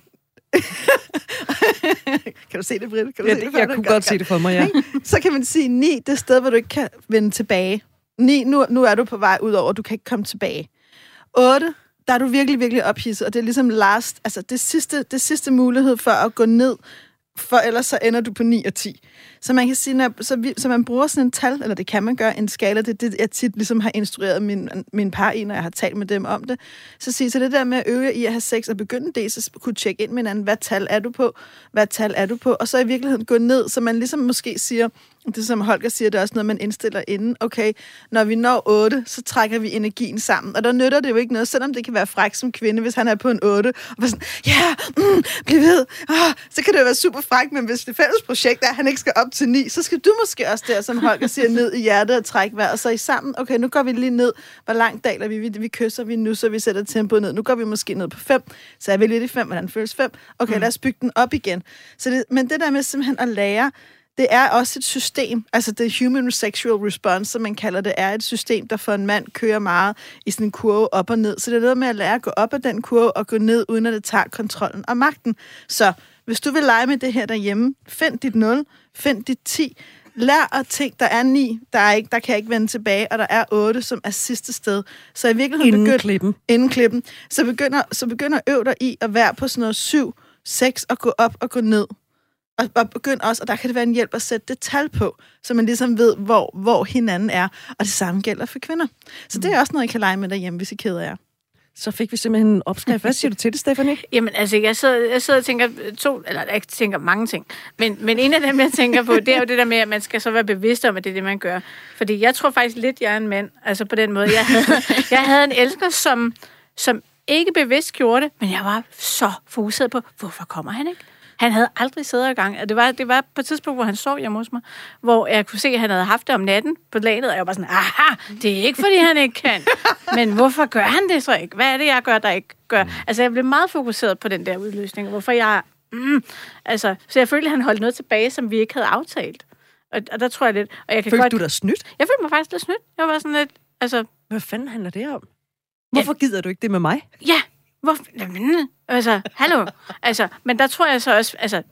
Kan du se det, Britt? Kan du ja, se det, det for jeg dig? kunne godt, godt se det for mig, ja. Så kan man sige ni, det er sted, hvor du ikke kan vende tilbage. ni, nu, nu er du på vej ud over, du kan ikke komme tilbage. otte, der er du virkelig, virkelig ophidset, og det er ligesom last, altså det sidste, det sidste mulighed for at gå ned, for ellers så ender du på ni og ti. Så man kan sige, når, så, vi, så man bruger sådan en tal, eller det kan man gøre, en skala, det er det, jeg tit ligesom har instrueret min, min par i, når jeg har talt med dem om det. Så sige, så det der med at øve i at have sex, og begynde det, så kunne tjekke ind med hinanden, hvad tal er du på, hvad tal er du på, og så i virkeligheden gå ned, så man ligesom måske siger, det som Holger siger, det er også noget, man indstiller inden. Okay, når vi når otte, så trækker vi energien sammen. Og der nytter det jo ikke noget, selvom det kan være fræk som kvinde, hvis han er på en otte, og var sådan, ja, yeah, mm, bliv ved. Oh, så kan det jo være super fræk, men hvis det fælles projekt er, at han ikke skal op til ni, så skal du måske også der, som Holger siger, ned i hjertet og trække vejret. Og så i sammen, okay, nu går vi lige ned. Hvor langt daler vi? Vi, vi kysser vi nu, så vi sætter tempoet ned. Nu går vi måske ned på fem. Så er vi lidt i fem, hvordan føles fem? Okay, mm. lad os bygge den op igen. Så det, men det der med simpelthen at lære, det er også et system, altså det human sexual response, som man kalder det, er et system, der for en mand kører meget i sådan en kurve op og ned. Så det er noget med at lære at gå op ad den kurve og gå ned, uden at det tager kontrollen og magten. Så hvis du vil lege med det her derhjemme, find dit nul, find dit ti, lær at tænke, der er ni, der, er ikke, der kan ikke vende tilbage, og der er otte, som er sidste sted. Så i virkeligheden inden begynd, klippen. Inden klippen. Så begynder, så begynder at øve dig i at være på sådan noget syv, seks og gå op og gå ned. Og, og begynd også, og der kan det være en hjælp at sætte det tal på, så man ligesom ved, hvor, hvor hinanden er. Og det samme gælder for kvinder. Så det er også noget, I kan lege med derhjemme, hvis I keder jer. Så fik vi simpelthen en opskrift. Hvad siger du til det, Stephanie? Jamen, altså, jeg sidder, jeg sidder og tænker to, eller jeg tænker mange ting, men, men en af dem, jeg tænker på, det er jo det der med, at man skal så være bevidst om, at det er det, man gør. Fordi jeg tror faktisk lidt, jeg er en mand, altså på den måde. Jeg havde, jeg havde en elsker, som, som ikke bevidst gjorde det, men jeg var så fokuseret på, hvorfor kommer han ikke? Han havde aldrig siddet i gang. Det var, det var på et tidspunkt, hvor han sov hjemme hos mig, hvor jeg kunne se, at han havde haft det om natten på laget, og jeg var sådan, aha, det er ikke, fordi han ikke kan. Men hvorfor gør han det så ikke? Hvad er det, jeg gør, der ikke gør? Altså, jeg blev meget fokuseret på den der udløsning, hvorfor jeg... Mm, altså, så jeg følte, at han holdt noget tilbage, som vi ikke havde aftalt. Og, og der tror jeg lidt... Og jeg kan følte godt, du dig snydt? Jeg følte mig faktisk lidt snydt. Jeg var sådan lidt... Altså, hvad fanden handler det om? Hvorfor ja. gider du ikke det med mig? Ja, hvorfor? Jamen, altså, hallo. Altså, men der tror jeg så også, altså,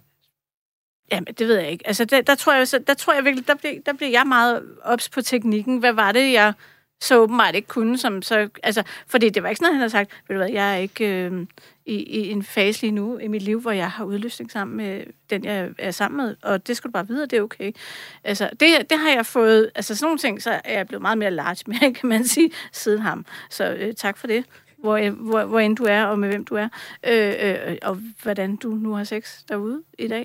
jamen, det ved jeg ikke. Altså, der, der tror jeg så, der tror jeg virkelig, der bliver, der bliver jeg meget ops på teknikken. Hvad var det, jeg så åbenbart ikke kunne, som så, altså, fordi det var ikke sådan noget, han havde sagt, ved du hvad, jeg er ikke øh, i, i en fase lige nu i mit liv, hvor jeg har udløsning sammen med den, jeg er sammen med, og det skal du bare vide, det er okay. Altså, det, det har jeg fået, altså sådan nogle ting, så er jeg blevet meget mere large med, kan man sige, siden ham. Så øh, tak for det. Hvor, hvor, hvor end du er, og med hvem du er, øh, øh, og hvordan du nu har sex derude i dag.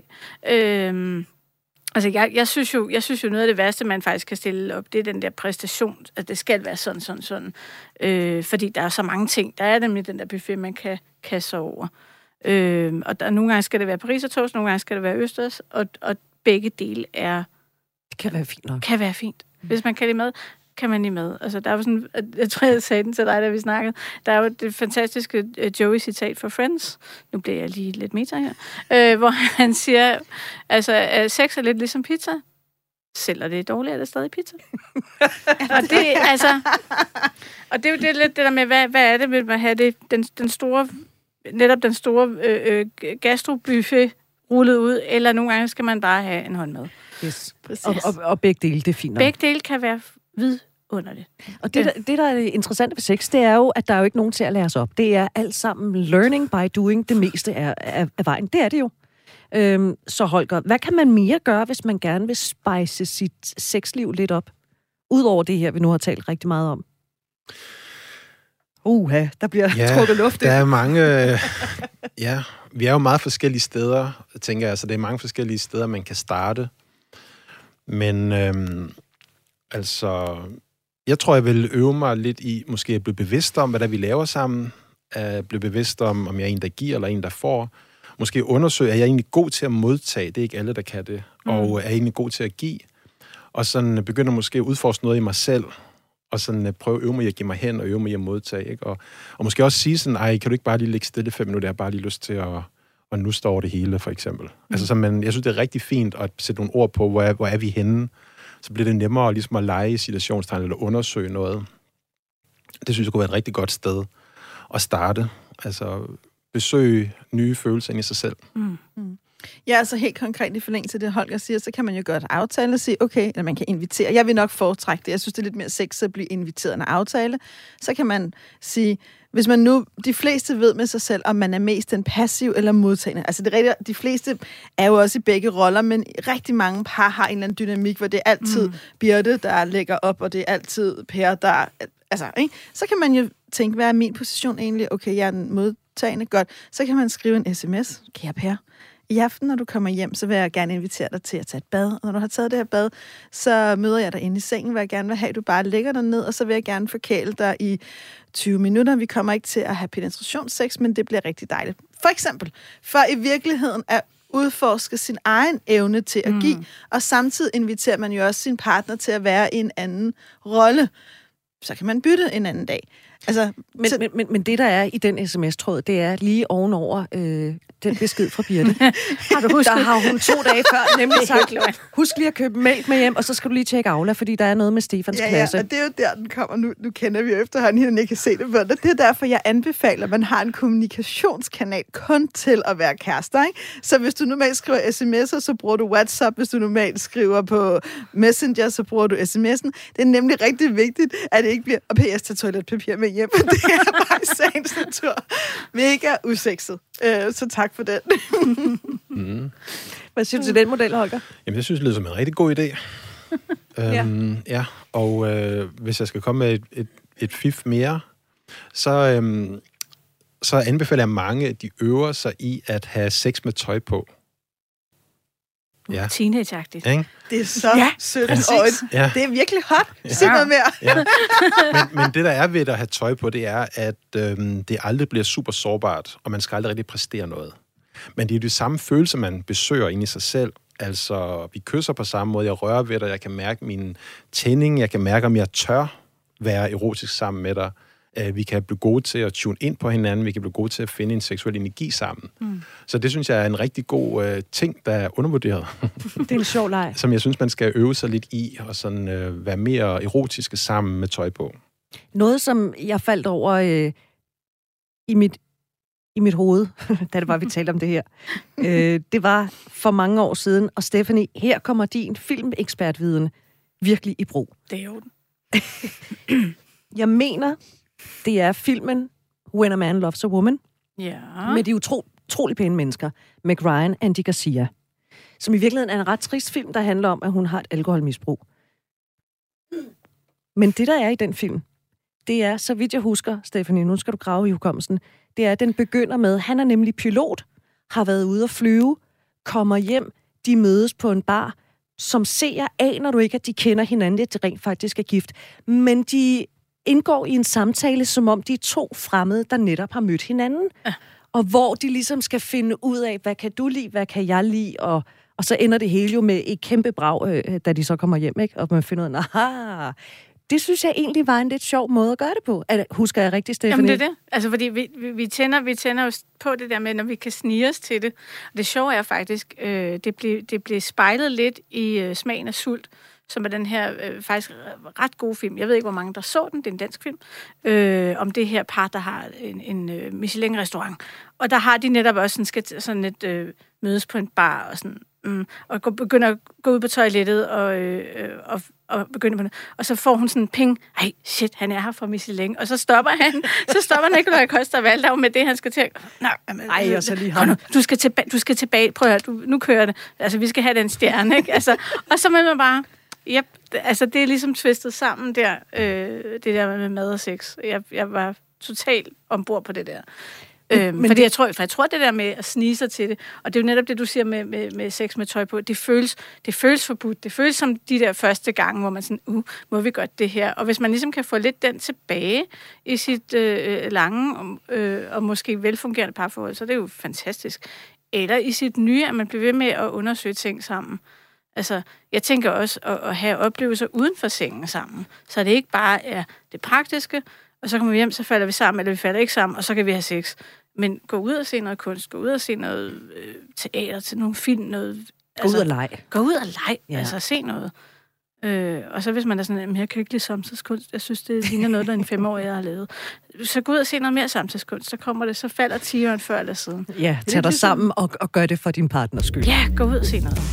Øh, altså, jeg, jeg, synes jo, jeg synes jo, noget af det værste, man faktisk kan stille op, det er den der præstation, at det skal være sådan, sådan, sådan. Øh, fordi der er så mange ting. Der er nemlig den der buffet, man kan kaste over. Øh, og der, nogle gange skal det være parisertoast, nogle gange skal det være østers, og, og begge dele er... Det kan være fint nok. Kan være fint, hvis man kan det med. kan man lige med. Altså, der er jo sådan, jeg tror, jeg sagde den til dig, da vi snakkede. Der er jo det fantastiske Joey-citat fra Friends. Nu bliver jeg lige lidt meta her. Øh, hvor han siger, altså, sex er lidt ligesom pizza. Selvom det er dårligt, er det stadig pizza. og det, altså, og det er jo det, lidt det der med, hvad, hvad er det, vil man have det, den, den store, netop den store øh, øh, gastrobuffet rullet ud, eller nogle gange skal man bare have en håndmad. Yes. Og, og, og begge dele, det er fint. Begge dele kan være vidunderligt. Og det, ja. der, det, der er interessant ved sex, det er jo, at der er jo ikke nogen til at lære os op. Det er alt sammen learning by doing, det meste af, af, af vejen. Det er det jo. Øhm, så Holger, hvad kan man mere gøre, hvis man gerne vil spice sit sexliv lidt op? Udover det her, vi nu har talt rigtig meget om. Uha, der bliver ja, trukket luft. Der er mange... ja, vi er jo meget forskellige steder, tænker jeg. Så det er mange forskellige steder, man kan starte. Men øhm, altså... Jeg tror, jeg vil øve mig lidt i, måske at blive bevidst om, hvad der vi laver sammen. At blive bevidst om, om jeg er en, der giver, eller en, der får. Måske undersøge, er jeg egentlig god til at modtage? Det er ikke alle, der kan det. Mm. Og er jeg egentlig god til at give? Og sådan begynder måske at udforske noget i mig selv. Og sådan prøve at øve mig i at give mig hen, og øve mig i at modtage. Ikke? Og, og måske også sige sådan, ej, kan du ikke bare lige ligge stille fem minutter? Jeg har bare lige lyst til at, at nuste over det hele, for eksempel. Mm. Altså, så man, jeg synes, det er rigtig fint at sætte nogle ord på, hvor er, hvor er vi henne? Så bliver det nemmere ligesom at lege i situationstegn, eller undersøge noget. Det synes jeg kunne være et rigtig godt sted at starte. Altså... besøge nye følelser ind i sig selv. Mm. Mm. Ja, altså helt konkret i forlængelse af det, Holger siger, så kan man jo godt aftale og sige, okay, eller man kan invitere. Jeg vil nok foretrække det. Jeg synes, det er lidt mere sex at blive inviteret end at aftale. Så kan man sige, hvis man nu, de fleste ved med sig selv, om man er mest en passiv eller modtagende. Altså det rigtige, de fleste er jo også i begge roller, men rigtig mange par har en eller anden dynamik, hvor det er altid mm. Birte, der lægger op, og det er altid Per, der... Altså, ikke? Så kan man jo tænke, hvad er min position egentlig? Okay, jeg er den modtagende. Godt. Så kan man skrive en sms. Kære Per, i aften, når du kommer hjem, så vil jeg gerne invitere dig til at tage et bad. Og når du har taget det her bad, så møder jeg dig inde i sengen, hvor jeg gerne vil have, at du bare ligger der ned, og så vil jeg gerne forkæle dig i tyve minutter. Vi kommer ikke til at have penetrationssex, men det bliver rigtig dejligt. For eksempel, for i virkeligheden at udforske sin egen evne til at give, mm. og samtidig inviterer man jo også sin partner til at være i en anden rolle. Så kan man bytte en anden dag. Altså, men, så... men, men, men det, der er i den sms-tråd, det er lige ovenover øh, den besked fra Birte. Har du husket? Der har hun to dage før nemlig sagt, husk lige at købe mælk med hjem, og så skal du lige tjekke Aula, fordi der er noget med Stefans ja, klasse. Ja, og det er jo der, den kommer nu. Nu kender vi jo efterhånden, hende ikke kan se det på det. Det er derfor, jeg anbefaler, at man har en kommunikationskanal kun til at være kærester. Ikke? Så hvis du normalt skriver sms'er, så bruger du WhatsApp. Hvis du normalt skriver på Messenger, så bruger du sms'en. Det er nemlig rigtig vigtigt, at det ikke bliver, og P S tager toiletpapir med hjem. Det er bare i sagens natur mega usekset. Øh, så tak for den. mm. Hvad synes du til den model, Holger? Jamen, jeg synes, det lyder som en rigtig god idé. øhm, ja. ja, og øh, hvis jeg skal komme med et, et, et fif mere, så, øhm, så anbefaler jeg mange, at de øver sig i at have sex med tøj på. Ja. Teenage-agtigt. Ikke? Det er så ja. sytten-årigt. Ja. Det er virkelig hot. Ja. Sig noget mere. Ja. Men, men det, der er ved at have tøj på, det er, at øhm, det aldrig bliver super sårbart, og man skal aldrig rigtig præstere noget. Men det er de samme følelser, man besøger ind i sig selv. Altså, vi kysser på samme måde, jeg rører ved dig, jeg kan mærke min tænding, jeg kan mærke, om jeg tør være erotisk sammen med dig. Vi kan blive gode til at tune ind på hinanden, vi kan blive gode til at finde en seksuel energi sammen. Mm. Så det synes jeg er en rigtig god øh, ting, der er undervurderet. Det er en sjov leg. Som jeg synes, man skal øve sig lidt i, og sådan øh, være mere erotiske sammen med tøj på. Noget, som jeg faldt over øh, i, mit, i mit hoved, da det var, vi talte om det her, øh, det var for mange år siden, og Stephanie, her kommer din filmekspertviden virkelig i brug. Det er jo den. Jeg mener, det er filmen When a Man Loves a Woman. Ja. Med de utro, utrolig pæne mennesker. Meg Ryan og Andy Garcia. Som i virkeligheden er en ret trist film, der handler om, at hun har et alkoholmisbrug. Men det, der er i den film, det er, så vidt jeg husker, Stephanie, nu skal du grave i hukommelsen, det er, at den begynder med, han er nemlig pilot, har været ude at flyve, kommer hjem, de mødes på en bar, som ser, aner du ikke, at de kender hinanden, at de rent faktisk er gift. Men de indgår i en samtale, som om de er to fremmede, der netop har mødt hinanden. Ja. Og hvor de ligesom skal finde ud af, hvad kan du lide, hvad kan jeg lide, og, og så ender det hele jo med et kæmpe brag, øh, da de så kommer hjem, ikke? Og man finder ud af, aha, det synes jeg egentlig var en lidt sjov måde at gøre det på. Er, husker jeg rigtigt, Stephanie? Jamen det er det. Altså, fordi vi, vi, vi, tænder, vi tænder jo på det der med, når vi kan snige os til det. Og det sjove er faktisk, øh, det, blev, det blev spejlet lidt i øh, Smagen af sult, som er den her øh, faktisk ret gode film. Jeg ved ikke, hvor mange der så den. Det er en dansk film. Øh, om det her par, der har en, en øh, Michelin-restaurant. Og der har de netop også sådan, skal, sådan et øh, mødes på en bar og sådan... Mm, og gå, begynder at gå ud på toilettet og, øh, og, og begynder på det. Og så får hun sådan en ping. Ej, shit, han er her fra Michelin. Og så stopper han. Så stopper Nikolaj Coster-Waldau med det, han skal til at... Nå, jamen, Ej, og så lige ham. Du skal tilbage, du skal tilbage. Prøv at høre, du, nu kører det. Altså, vi skal have den stjerne, ikke? Altså, og så må man bare... Yep, altså, det er ligesom twistet sammen der. Øh, det der med mad og sex. Jeg, jeg var totalt ombord på det der. Øhm, men fordi det... jeg tror, for jeg tror det der med at snige sig til det, og det er jo netop det, du siger med, med, med sex med tøj på, det føles, det føles forbudt. Det føles som de der første gange, hvor man sådan, uh, må vi godt det her? Og hvis man ligesom kan få lidt den tilbage i sit øh, lange øh, og måske velfungerende parforhold, så er det jo fantastisk. Eller i sit nye, at man bliver ved med at undersøge ting sammen. Altså, jeg tænker også at, at have oplevelser uden for sengen sammen. Så det ikke bare er det praktiske, og så kommer vi hjem, så falder vi sammen, eller vi falder ikke sammen, og så kan vi have sex. Men gå ud og se noget kunst, gå ud og se noget øh, teater, til nogle film, noget... Gå altså, ud og lege. Gå ud og lege, ja. altså se noget. Øh, og så hvis man er sådan, jamen jeg kan ikke lide samtidskunst, jeg synes, det ligner noget, der en femårig har lavet. Så gå ud og se noget mere samtidskunst, så kommer det, så falder tieren før eller siden. Ja, tag dig sammen og, og gør det for din partners skyld. Ja, gå ud og se noget.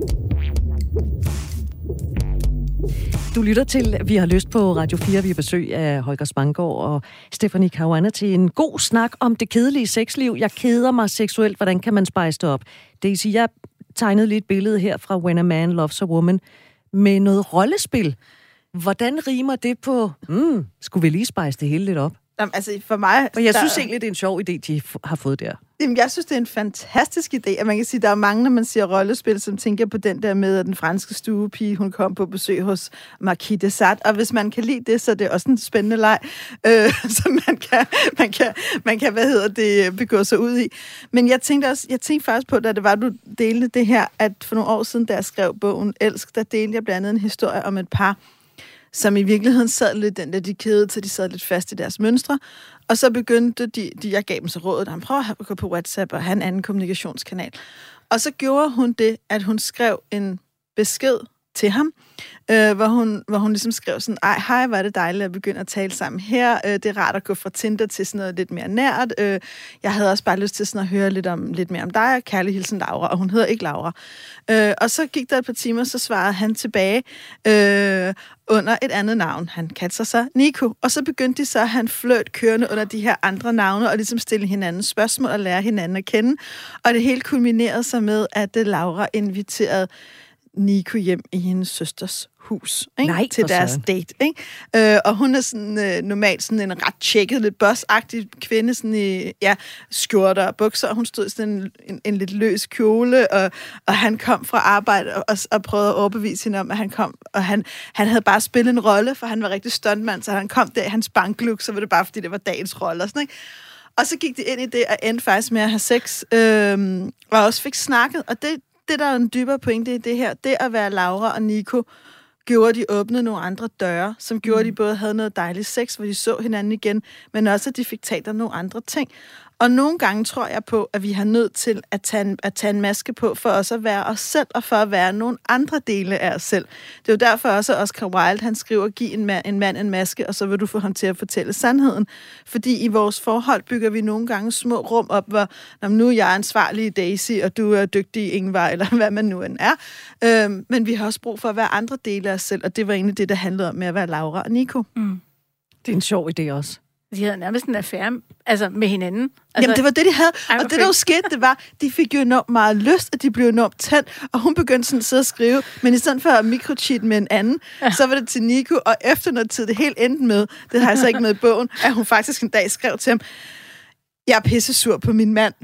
Du lytter til, vi har lyst på Radio fire, vi er besøg af Holger Spangaard og Stephanie Caruana til en god snak om det kedelige sexliv. Jeg keder mig seksuelt, hvordan kan man spice det op? Daisy, jeg tegnede lige et billede her fra When a Man Loves a Woman med noget rollespil. Hvordan rimer det på, mm, skulle vi lige spice det hele lidt op? Jamen, altså for mig... For jeg der... synes egentlig, det er en sjov idé, de har fået der. Jamen, jeg synes, det er en fantastisk idé, at man kan sige, der er mange, når man siger rollespil, som tænker på den der med, at den franske stuepige, hun kom på besøg hos Marquis de Sade, og hvis man kan lide det, så er det også en spændende leg, øh, som man kan, man kan, man kan, hvad hedder det, begå sig ud i. Men jeg tænkte også, jeg tænkte faktisk på, da det var, du delte det her, at for nogle år siden, da jeg skrev bogen Elsk, der delte jeg blandt andet en historie om et par, som i virkeligheden sad lidt den der, de kædede til, de sad lidt fast i deres mønstre. Og så begyndte de, de jeg gav dem så rådet, at han prøver at gå på WhatsApp og have en anden kommunikationskanal. Og så gjorde hun det, at hun skrev en besked til ham, øh, hvor, hun, hvor hun ligesom skrev sådan, ej, hej, hvor er det dejligt at begynde at tale sammen her. Øh, det er rart at gå fra Tinder til sådan noget lidt mere nært. Øh, jeg havde også bare lyst til sådan at høre lidt, om, lidt mere om dig, kærlig hilsen Laura, og hun hedder ikke Laura. Øh, og så gik der et par timer, så svarede han tilbage øh, under et andet navn. Han kaldte sig Nico. Og så begyndte de så at have en flirt kørende under de her andre navne, og ligesom stille hinanden spørgsmål og lære hinanden at kende. Og det hele kulminerede sig med, at Laura inviterede Nico hjem i hendes søsters hus, ikke? Nej, til deres sådan. date. Ikke? Øh, og hun er sådan, øh, normalt sådan en ret tjekket, lidt boss-agtig kvinde, sådan i ja, skjorter og bukser, og hun stod sådan en, en, en lidt løs kjole, og, og han kom fra arbejde og, og, og prøvede at overbevise hende om, at han kom, og han, han havde bare spillet en rolle, for han var rigtig stuntmand, så han kom der i hans banklook, så var det bare, fordi det var dagens rolle og sådan, ikke? Og så gik de ind i det, og endte faktisk med at have sex, øh, og også fik snakket, og det Det, der er en dybere pointe i det her, det at være Laura og Nico, gjorde, de åbnede nogle andre døre, som gjorde, mm. de både havde noget dejligt sex, hvor de så hinanden igen, men også, at de fik talt om nogle andre ting. Og nogle gange tror jeg på, at vi har nødt til at tage, en, at tage en maske på, for også at være os selv, og for at være nogle andre dele af os selv. Det er jo derfor også, at Oscar Wilde, han skriver, giv en mand, en mand en maske, og så vil du få ham til at fortælle sandheden. Fordi i vores forhold bygger vi nogle gange små rum op, hvor nu er jeg ansvarlig Daisy, og du er dygtig Ingvar, eller hvad man nu end er. Øhm, men vi har også brug for at være andre dele af os selv, og det var egentlig det, der handlede om med at være Laura og Nico. Mm. Det er en sjov idé også. De havde nærmest en affære altså med hinanden. Altså, Jamen, det var det, de havde. Ej, og det, der jo skete, det var, de fik jo enormt meget lyst, og de blev enormt tændt, og hun begyndte sådan at sidde og skrive, men i stedet for at mikrocheat med en anden, ja. Så var det til Nico, og efter noget tid, det helt endte med, det har jeg så ikke med i bogen, at hun faktisk en dag skrev til ham, jeg er pissesur på min mand.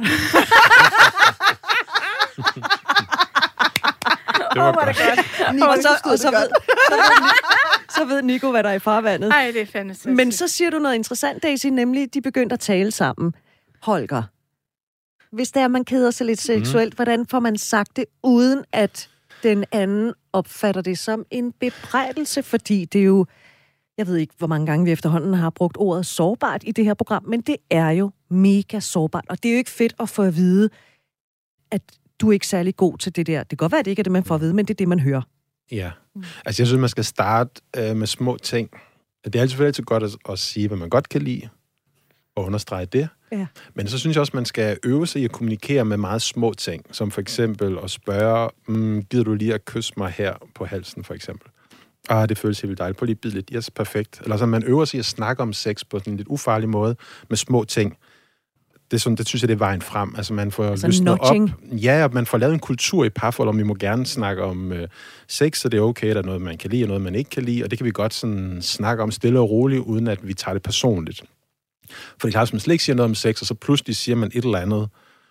Det var godt. Nico, og så, og så, ved, så, ved, så ved Nico, hvad der er i farvandet. Nej, det er fantastisk. Men så siger du noget interessant, Daisy, nemlig, de begyndte at tale sammen. Holger, hvis der man keder sig lidt seksuelt, mm. hvordan får man sagt det, uden at den anden opfatter det som en bebrejdelse? Fordi det er jo, Jeg ved ikke, hvor mange gange vi efterhånden har brugt ordet sårbart i det her program, men det er jo mega sårbart. Og det er jo ikke fedt at få at vide, at du er ikke særlig god til det der. Det kan godt være, at det ikke er det, man får at vide, men det er det, man hører. Ja. Altså, jeg synes, man skal starte øh, med små ting. Det er altid, altid godt at, at sige, hvad man godt kan lide, og understrege det. Ja. Men så synes jeg også, man skal øve sig i at kommunikere med meget små ting, som for eksempel at spørge, mm, gider du lige at kysse mig her på halsen, for eksempel? Ah, det føles helt dejligt. Prøv lige at bide lidt. Yes, perfekt. Eller så man øver sig i at snakke om sex på sådan en lidt ufarlig måde, med små ting. Det, er sådan, det synes jeg, det er vejen frem. Altså, man får altså løsnet nudging. op. Ja, og man får lavet en kultur i parforhold, om vi må gerne snakke om øh, sex, så det er okay, der er noget, man kan lide, og noget, man ikke kan lide, og det kan vi godt sådan snakke om stille og roligt, uden at vi tager det personligt. For det er klart, hvis man slet ikke siger noget om sex, og så pludselig siger man et eller andet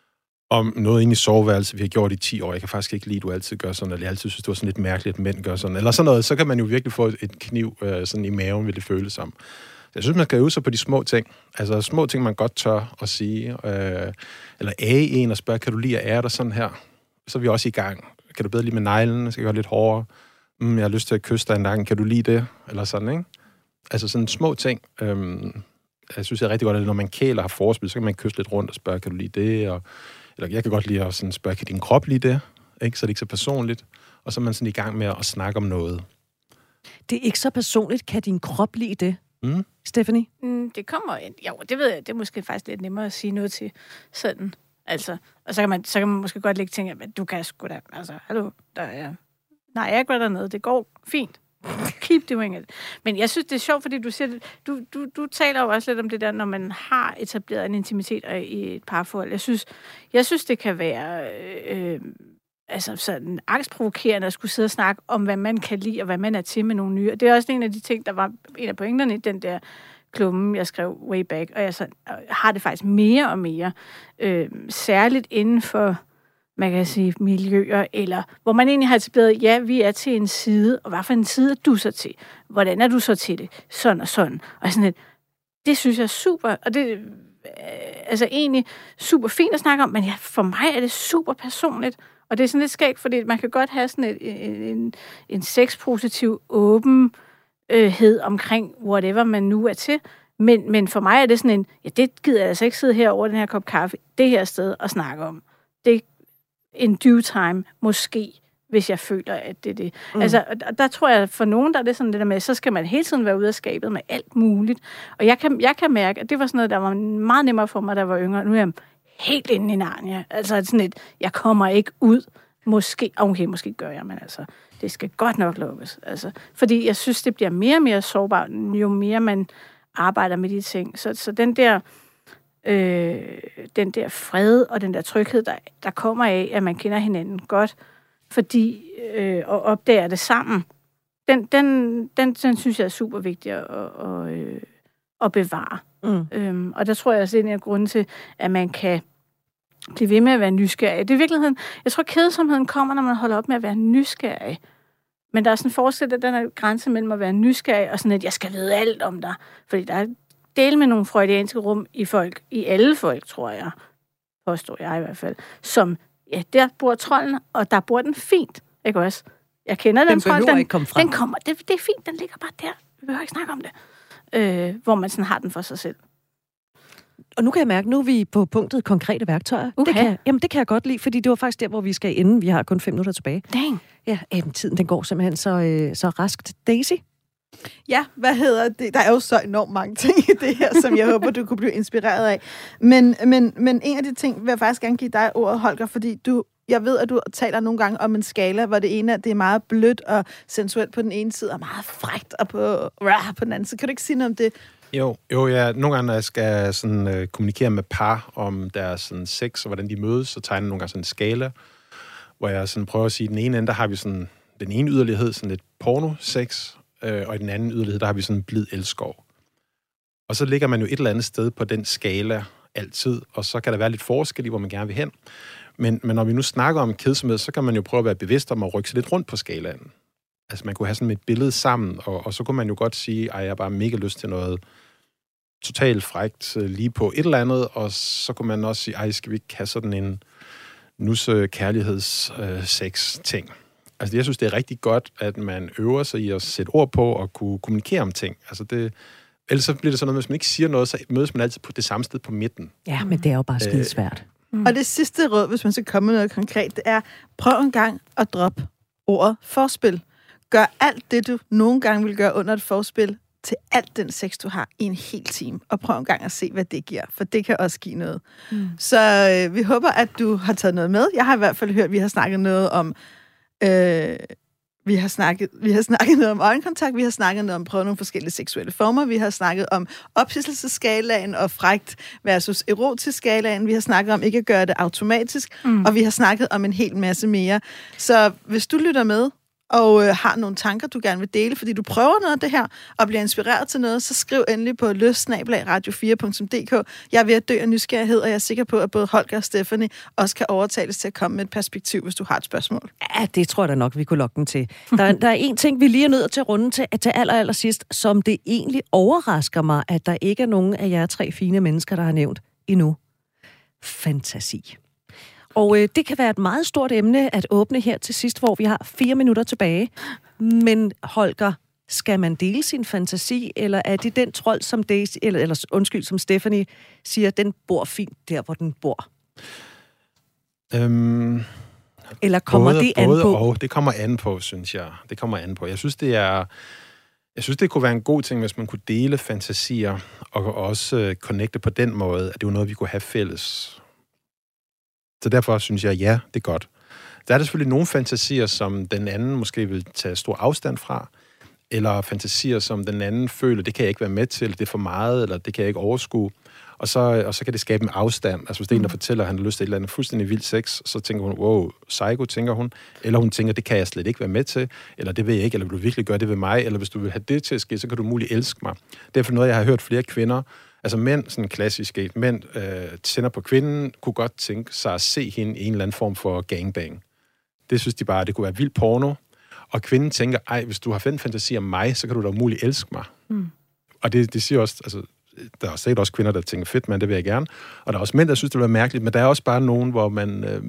om noget inde i soveværelset, vi har gjort i ti år. Jeg kan faktisk ikke lide, at du altid gør sådan, eller jeg altid synes, det var sådan lidt mærkeligt, at mænd gør sådan, eller sådan noget. Så kan man jo virkelig få et kniv øh, sådan i maven, vil det føles som. Så jeg synes, man skal øve sig på de små ting. Altså små ting, man godt tør at sige. Øh, eller æge en og spørge, kan du lide at ære dig sådan her? Så er vi også i gang. Kan du bedre lide med neglen? Skal jeg gøre lidt hårdere? Mm, jeg har lyst til at kysse dig en gang. Kan du lide det? Eller sådan, ikke? Altså sådan små ting. Øhm, jeg synes, det er rigtig godt, at når man kæler har forspil, så kan man kysse lidt rundt og spørge, kan du lide det? Og eller jeg kan godt lide at sådan spørge, kan din krop lide det? Ikke? Så det er ikke så personligt. Og så er man sådan i gang med at snakke om noget. Det er ikke så personligt. Kan din krop lide det? Mm. Stephanie? Mm, det kommer ind. Jo, det ved jeg. Det er måske faktisk lidt nemmere at sige noget til sådan. Altså, og så kan man, så kan man måske godt lægge ting, at du kan sgu da, altså, hallo, der er, nej, jeg går dernede, det går fint. Keep doing it. Men jeg synes, det er sjovt, fordi du siger, du, du, du taler jo også lidt om det der, når man har etableret en intimitet i et parforhold. Jeg synes, jeg synes det kan være øh, altså sådan angstprovokerende at skulle sidde og snakke om, hvad man kan lide, og hvad man er til med nogle nye. Og det er også en af de ting, der var en af pointerne i den der klumme, jeg skrev way back, og jeg så, har det faktisk mere og mere, øh, særligt inden for, man kan sige, miljøer, eller hvor man egentlig har etableret, ja, vi er til en side, og hvad for en side er du så til? Hvordan er du så til det? Sådan og sådan. Og sådan lidt, det synes jeg er super, og det er altså egentlig super fint at snakke om, men ja, for mig er det super personligt, og det er sådan lidt skægt, fordi man kan godt have sådan et, en, en, en sexpositiv åbenhed omkring whatever man nu er til, men, men for mig er det sådan en, ja, det gider jeg altså ikke sidde her over den her kop kaffe, det her sted og snakke om. Det er en due time, måske, hvis jeg føler, at det er det. Mm. Altså, og der tror jeg, for nogen, der er det sådan det der med, så skal man hele tiden være ude af skabet med alt muligt. Og jeg kan, jeg kan mærke, at det var sådan noget, der var meget nemmere for mig, da jeg var yngre. Nu er jeg helt inde i Narnia. Altså sådan et, jeg kommer ikke ud. Måske, okay, måske gør jeg, men altså, det skal godt nok lukkes. Altså, fordi jeg synes, det bliver mere og mere sårbart, jo mere man arbejder med de ting. Så, så den der øh, den der fred og den der tryghed, der, der kommer af, at man kender hinanden godt, fordi øh, og opdager det sammen, den, den, den, den synes jeg er super vigtig at, at, at, at bevare. Mm. Øhm, og der tror jeg også, det er en af grunden til, at man kan blive ved med at være nysgerrig. Det er i virkeligheden, jeg tror, kedsomheden kommer, når man holder op med at være nysgerrig. Men der er sådan en forskel, at den her grænse mellem at være nysgerrig og sådan, at jeg skal vide alt om dig. Fordi der er del med nogle freudianske rum i folk, i alle folk, tror jeg, påstår jeg i hvert fald, som, ja, der bor trolden, og der bor den fint, ikke også? Jeg kender den, den trold, den, ikke komme frem. Den kommer, det, det er fint, den ligger bare der. Vi behøver ikke snakke om det. Øh, hvor man sådan har den for sig selv. Og nu kan jeg mærke, nu er vi på punktet konkrete værktøjer. Okay. Det kan, jamen, det kan jeg godt lide, fordi det var faktisk der, hvor vi skal ende. Vi har kun fem minutter tilbage. Dang. Ja, jamen, tiden den går simpelthen så, øh, så raskt. Daisy? Ja, hvad hedder det? Der er jo så enormt mange ting i det her, som jeg håber, du kunne blive inspireret af. Men, men, men en af de ting vil jeg faktisk gerne give dig ordet, Holger, fordi du, jeg ved, at du taler nogle gange om en skala, hvor det ene er, det er meget blødt og sensuelt på den ene side, og meget frækt og på, rah, på den anden side. Kan du ikke sige noget om det? Jo, jo ja. Nogle gange, når jeg skal sådan, øh, kommunikere med par om deres sådan, sex og hvordan de mødes, så tegner jeg nogle gange sådan en skala, hvor jeg sådan, prøver at sige, at den ene ende, der har vi sådan, den ene yderlighed, sådan lidt porno-sex, øh, og i den anden yderlighed, der har vi sådan en blid elskov. Og så ligger man jo et eller andet sted på den skala altid, og så kan der være lidt forskel i, hvor man gerne vil hen. Men, men når vi nu snakker om kedsomhed, så kan man jo prøve at være bevidst om at rykke sig lidt rundt på skalaen. Altså man kunne have sådan et billede sammen, og, og så kunne man jo godt sige, ej, jeg har bare mega lyst til noget totalt frækt lige på et eller andet, og så kunne man også sige, ej, skal vi ikke have sådan en nusse kærligheds øh, sex ting. Altså, jeg synes, det er rigtig godt, at man øver sig i at sætte ord på og kunne kommunikere om ting. Altså, det... Ellers så bliver det sådan noget, hvis man ikke siger noget, så mødes man altid på det samme sted på midten. Ja, men det er jo bare skide svært. Mm. Og det sidste råd, hvis man skal komme med noget konkret, det er, prøv en gang at droppe ordet forspil. Gør alt det, du nogle gange vil gøre under et forspil, til alt den sex, du har i en hel time. Og prøv en gang at se, hvad det giver, for det kan også give noget. Mm. Så øh, vi håber, at du har taget noget med. Jeg har i hvert fald hørt, at vi har snakket noget om... Øh, Vi har, snakket, vi har snakket noget om øjenkontakt, vi har snakket noget om prøve nogle forskellige seksuelle former, vi har snakket om ophidselseskalaen og frægt versus erotisk skalaen, vi har snakket om ikke at gøre det automatisk, mm. og vi har snakket om en hel masse mere. Så hvis du lytter med, og øh, har nogle tanker, du gerne vil dele, fordi du prøver noget af det her, og bliver inspireret til noget, så skriv endelig på lyst bindestreg radio fire punktum d k. Jeg er ved at dø af nysgerrighed, og jeg er sikker på, at både Holger og Stephanie også kan overtales til at komme med et perspektiv, hvis du har et spørgsmål. Ja, det tror jeg da nok, vi kunne lokke den til. Der, der er en ting, vi lige er nødt til at runde til, til aller, aller sidst, som det egentlig overrasker mig, at der ikke er nogen af jer tre fine mennesker, der har nævnt endnu. Fantasi. Og øh, det kan være et meget stort emne at åbne her til sidst, hvor vi har fire minutter tilbage. Men Holger, skal man dele sin fantasi, eller er det den trold, som Daisy, eller, eller undskyld, som Stephanie siger, den bor fint der, hvor den bor? Øhm, eller kommer både, det an både på? Og, det kommer an på, synes jeg. Det kommer an på. Jeg synes, det er... Jeg synes, det kunne være en god ting, hvis man kunne dele fantasier, og også uh, connecte på den måde, at det var noget, vi kunne have fælles. Så derfor synes jeg, ja, det er godt. Der er der selvfølgelig nogle fantasier, som den anden måske vil tage stor afstand fra, eller fantasier, som den anden føler, det kan jeg ikke være med til, eller det er for meget, eller det kan jeg ikke overskue. Og så, og så kan det skabe en afstand. Altså hvis det er en, der fortæller, at han har lyst til et eller andet fuldstændig vildt sex, så tænker hun, wow, psycho, tænker hun. Eller hun tænker, det kan jeg slet ikke være med til, eller det vil jeg ikke, eller vil du virkelig gøre det ved mig, eller hvis du vil have det til at ske, så kan du muligt elske mig. Det er for noget, jeg har hørt flere kvinder, altså mænd, sådan klassisk et, mænd øh, tænder på kvinden, kunne godt tænke sig at se hende i en eller anden form for gangbang. Det synes de bare, det kunne være vild porno. Og kvinden tænker, ej, hvis du har en fantasi om mig, så kan du da umuligt elske mig. Mm. Og det, det siger også, altså, der er sikkert også kvinder, der tænker, fedt mand, det vil jeg gerne. Og der er også mænd, der synes, det vil være mærkeligt, men der er også bare nogen, hvor man øh,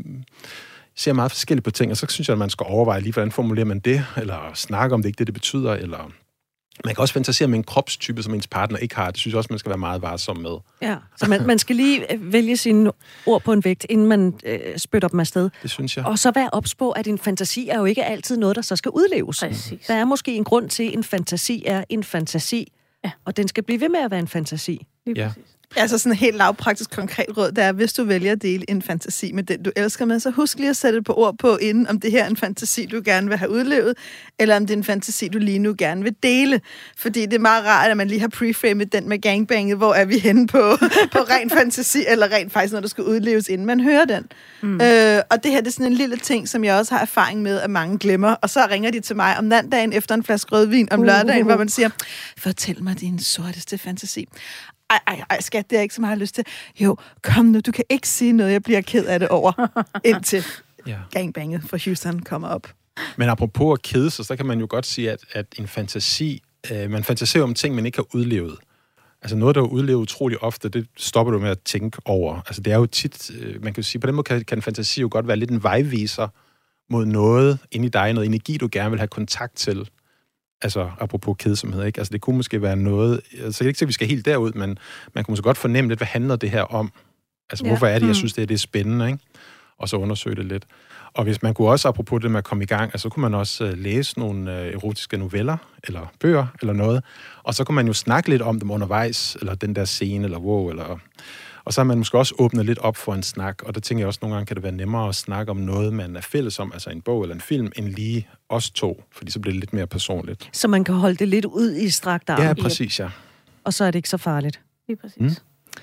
ser meget forskelligt på ting, og så synes jeg, at man skal overveje lige, hvordan formulerer man det, eller snakke om det ikke det, det betyder, eller... Man kan også fantasere med en kropstype, som ens partner ikke har. Det synes jeg også, man skal være meget varsom med. Ja, så man, man skal lige vælge sine ord på en vægt, inden man øh, spytter dem afsted. Det synes jeg. Og så være ops på, at en fantasi er jo ikke altid noget, der så skal udleves. Præcis. Der er måske en grund til, at en fantasi er en fantasi, ja. Og den skal blive ved med at være en fantasi. Lige ja. præcis. Altså sådan en helt lavpraktisk konkret råd, der er, hvis du vælger at dele en fantasi med den, du elsker med, så husk lige at sætte det på ord på inden, om det her er en fantasi, du gerne vil have udlevet, eller om det er en fantasi, du lige nu gerne vil dele. Fordi det er meget rart, at man lige har preframet den med gangbanget, hvor er vi henne på, på ren fantasi, eller rent faktisk noget, der skal udleves, inden man hører den. Mm. Øh, og det her det er sådan en lille ting, som jeg også har erfaring med, at mange glemmer, og så ringer de til mig om mandagen efter en flaske rødvin, om lørdagen, uh-huh. hvor man siger, fortæl mig din sorteste fantasi. Ej, ej, ej, skat, det er ikke så meget lyst til. Jo, kom nu, du kan ikke sige noget, jeg bliver ked af det over, indtil ja. Gangbanget fra Houston kommer op. Men apropos at kede sig, så kan man jo godt sige, at, at en fantasi, øh, man fantaserer om ting, man ikke har udlevet. Altså noget, der er udlevet utrolig ofte, det stopper du med at tænke over. Altså det er jo tit, øh, man kan jo sige, på den måde kan, kan en fantasi jo godt være lidt en vejviser mod noget inde i dig, noget energi, du gerne vil have kontakt til. Altså, apropos kedsomhed, ikke? Altså, det kunne måske være noget... Altså, jeg ikke sige, at vi skal helt derud, men man kunne måske godt fornemme lidt, hvad handler det her om? Altså, ja. Hvorfor er det, jeg synes, det er, det er spændende, ikke? Og så undersøge det lidt. Og hvis man kunne også, apropos det med at komme i gang, altså, så kunne man også uh, læse nogle uh, erotiske noveller, eller bøger, eller noget. Og så kunne man jo snakke lidt om dem undervejs, eller den der scene, eller wow, eller... Og så har man måske også åbnet lidt op for en snak, og der tænker jeg også, nogle gange kan det være nemmere at snakke om noget, man er fælles om, altså en bog eller en film, end lige os to, fordi så bliver det lidt mere personligt. Så man kan holde det lidt ud i strakt arm. Ja, præcis, ja. Og så er det ikke så farligt. Lige præcis. Mm.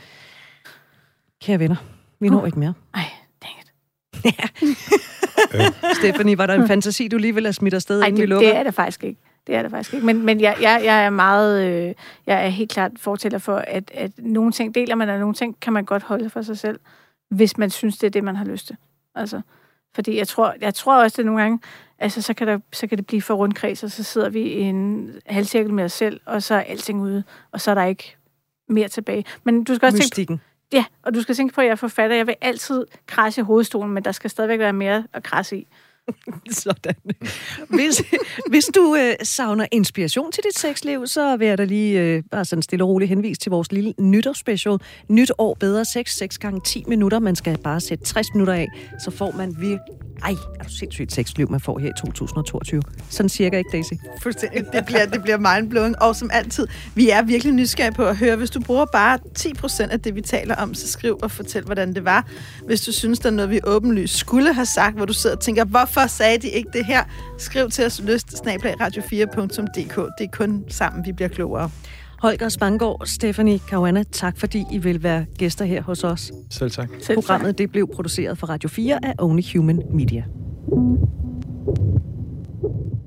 Kære venner, vi når uh. ikke mere. Ej, dang it. øh. Stephanie, var der en fantasi, du lige ville have smidt afsted, Ej, inden det, vi lukker? det er det faktisk ikke. Det er det faktisk ikke. Men, men jeg, jeg, jeg er meget... Øh, jeg er helt klart fortæller for, at, at nogle ting deler man, og nogle ting kan man godt holde for sig selv, hvis man synes, det er det, man har lyst til. Altså, fordi jeg tror, jeg tror også, at nogle gange, altså, så kan, der, så kan det blive for rundkreds, og så sidder vi i en halvcirkel med os selv, og så er alting ude, og så er der ikke mere tilbage. Men du skal også Mystikken. tænke... Ja, og du skal tænke på, at jeg er forfatter. Jeg vil altid krasse i hovedstolen, men der skal stadigvæk være mere at krasse i. Sådan. Hvis, hvis du øh, savner inspiration til dit sexliv, så vil jeg da lige øh, bare sådan stille og roligt henvise til vores lille nytårsspecial. Nyt år bedre sex, seks gange ti minutter. Man skal bare sætte tres minutter af, så får man virkelig... Ej, er du sindssygt sexliv, man får her i to tusind og toogtyve. Sådan cirka, ikke, Daisy? Fuldstændig. Det bliver, det bliver mindblowing. Og som altid, vi er virkelig nysgerrige på at høre, hvis du bruger bare ti procent af det, vi taler om, så skriv og fortæl, hvordan det var. Hvis du synes, der er noget, vi åbenlyst skulle have sagt, hvor du sidder og tænker, hvorfor sagde de ikke det her? Skriv til os lyst snabel-a radio fire punktum d k. Det er kun sammen, vi bliver klogere. Holger Spangaard, Stephanie Caruana, tak fordi I vil være gæster her hos os. Selv tak. Selv Programmet det blev produceret for Radio fire af Only Human Media.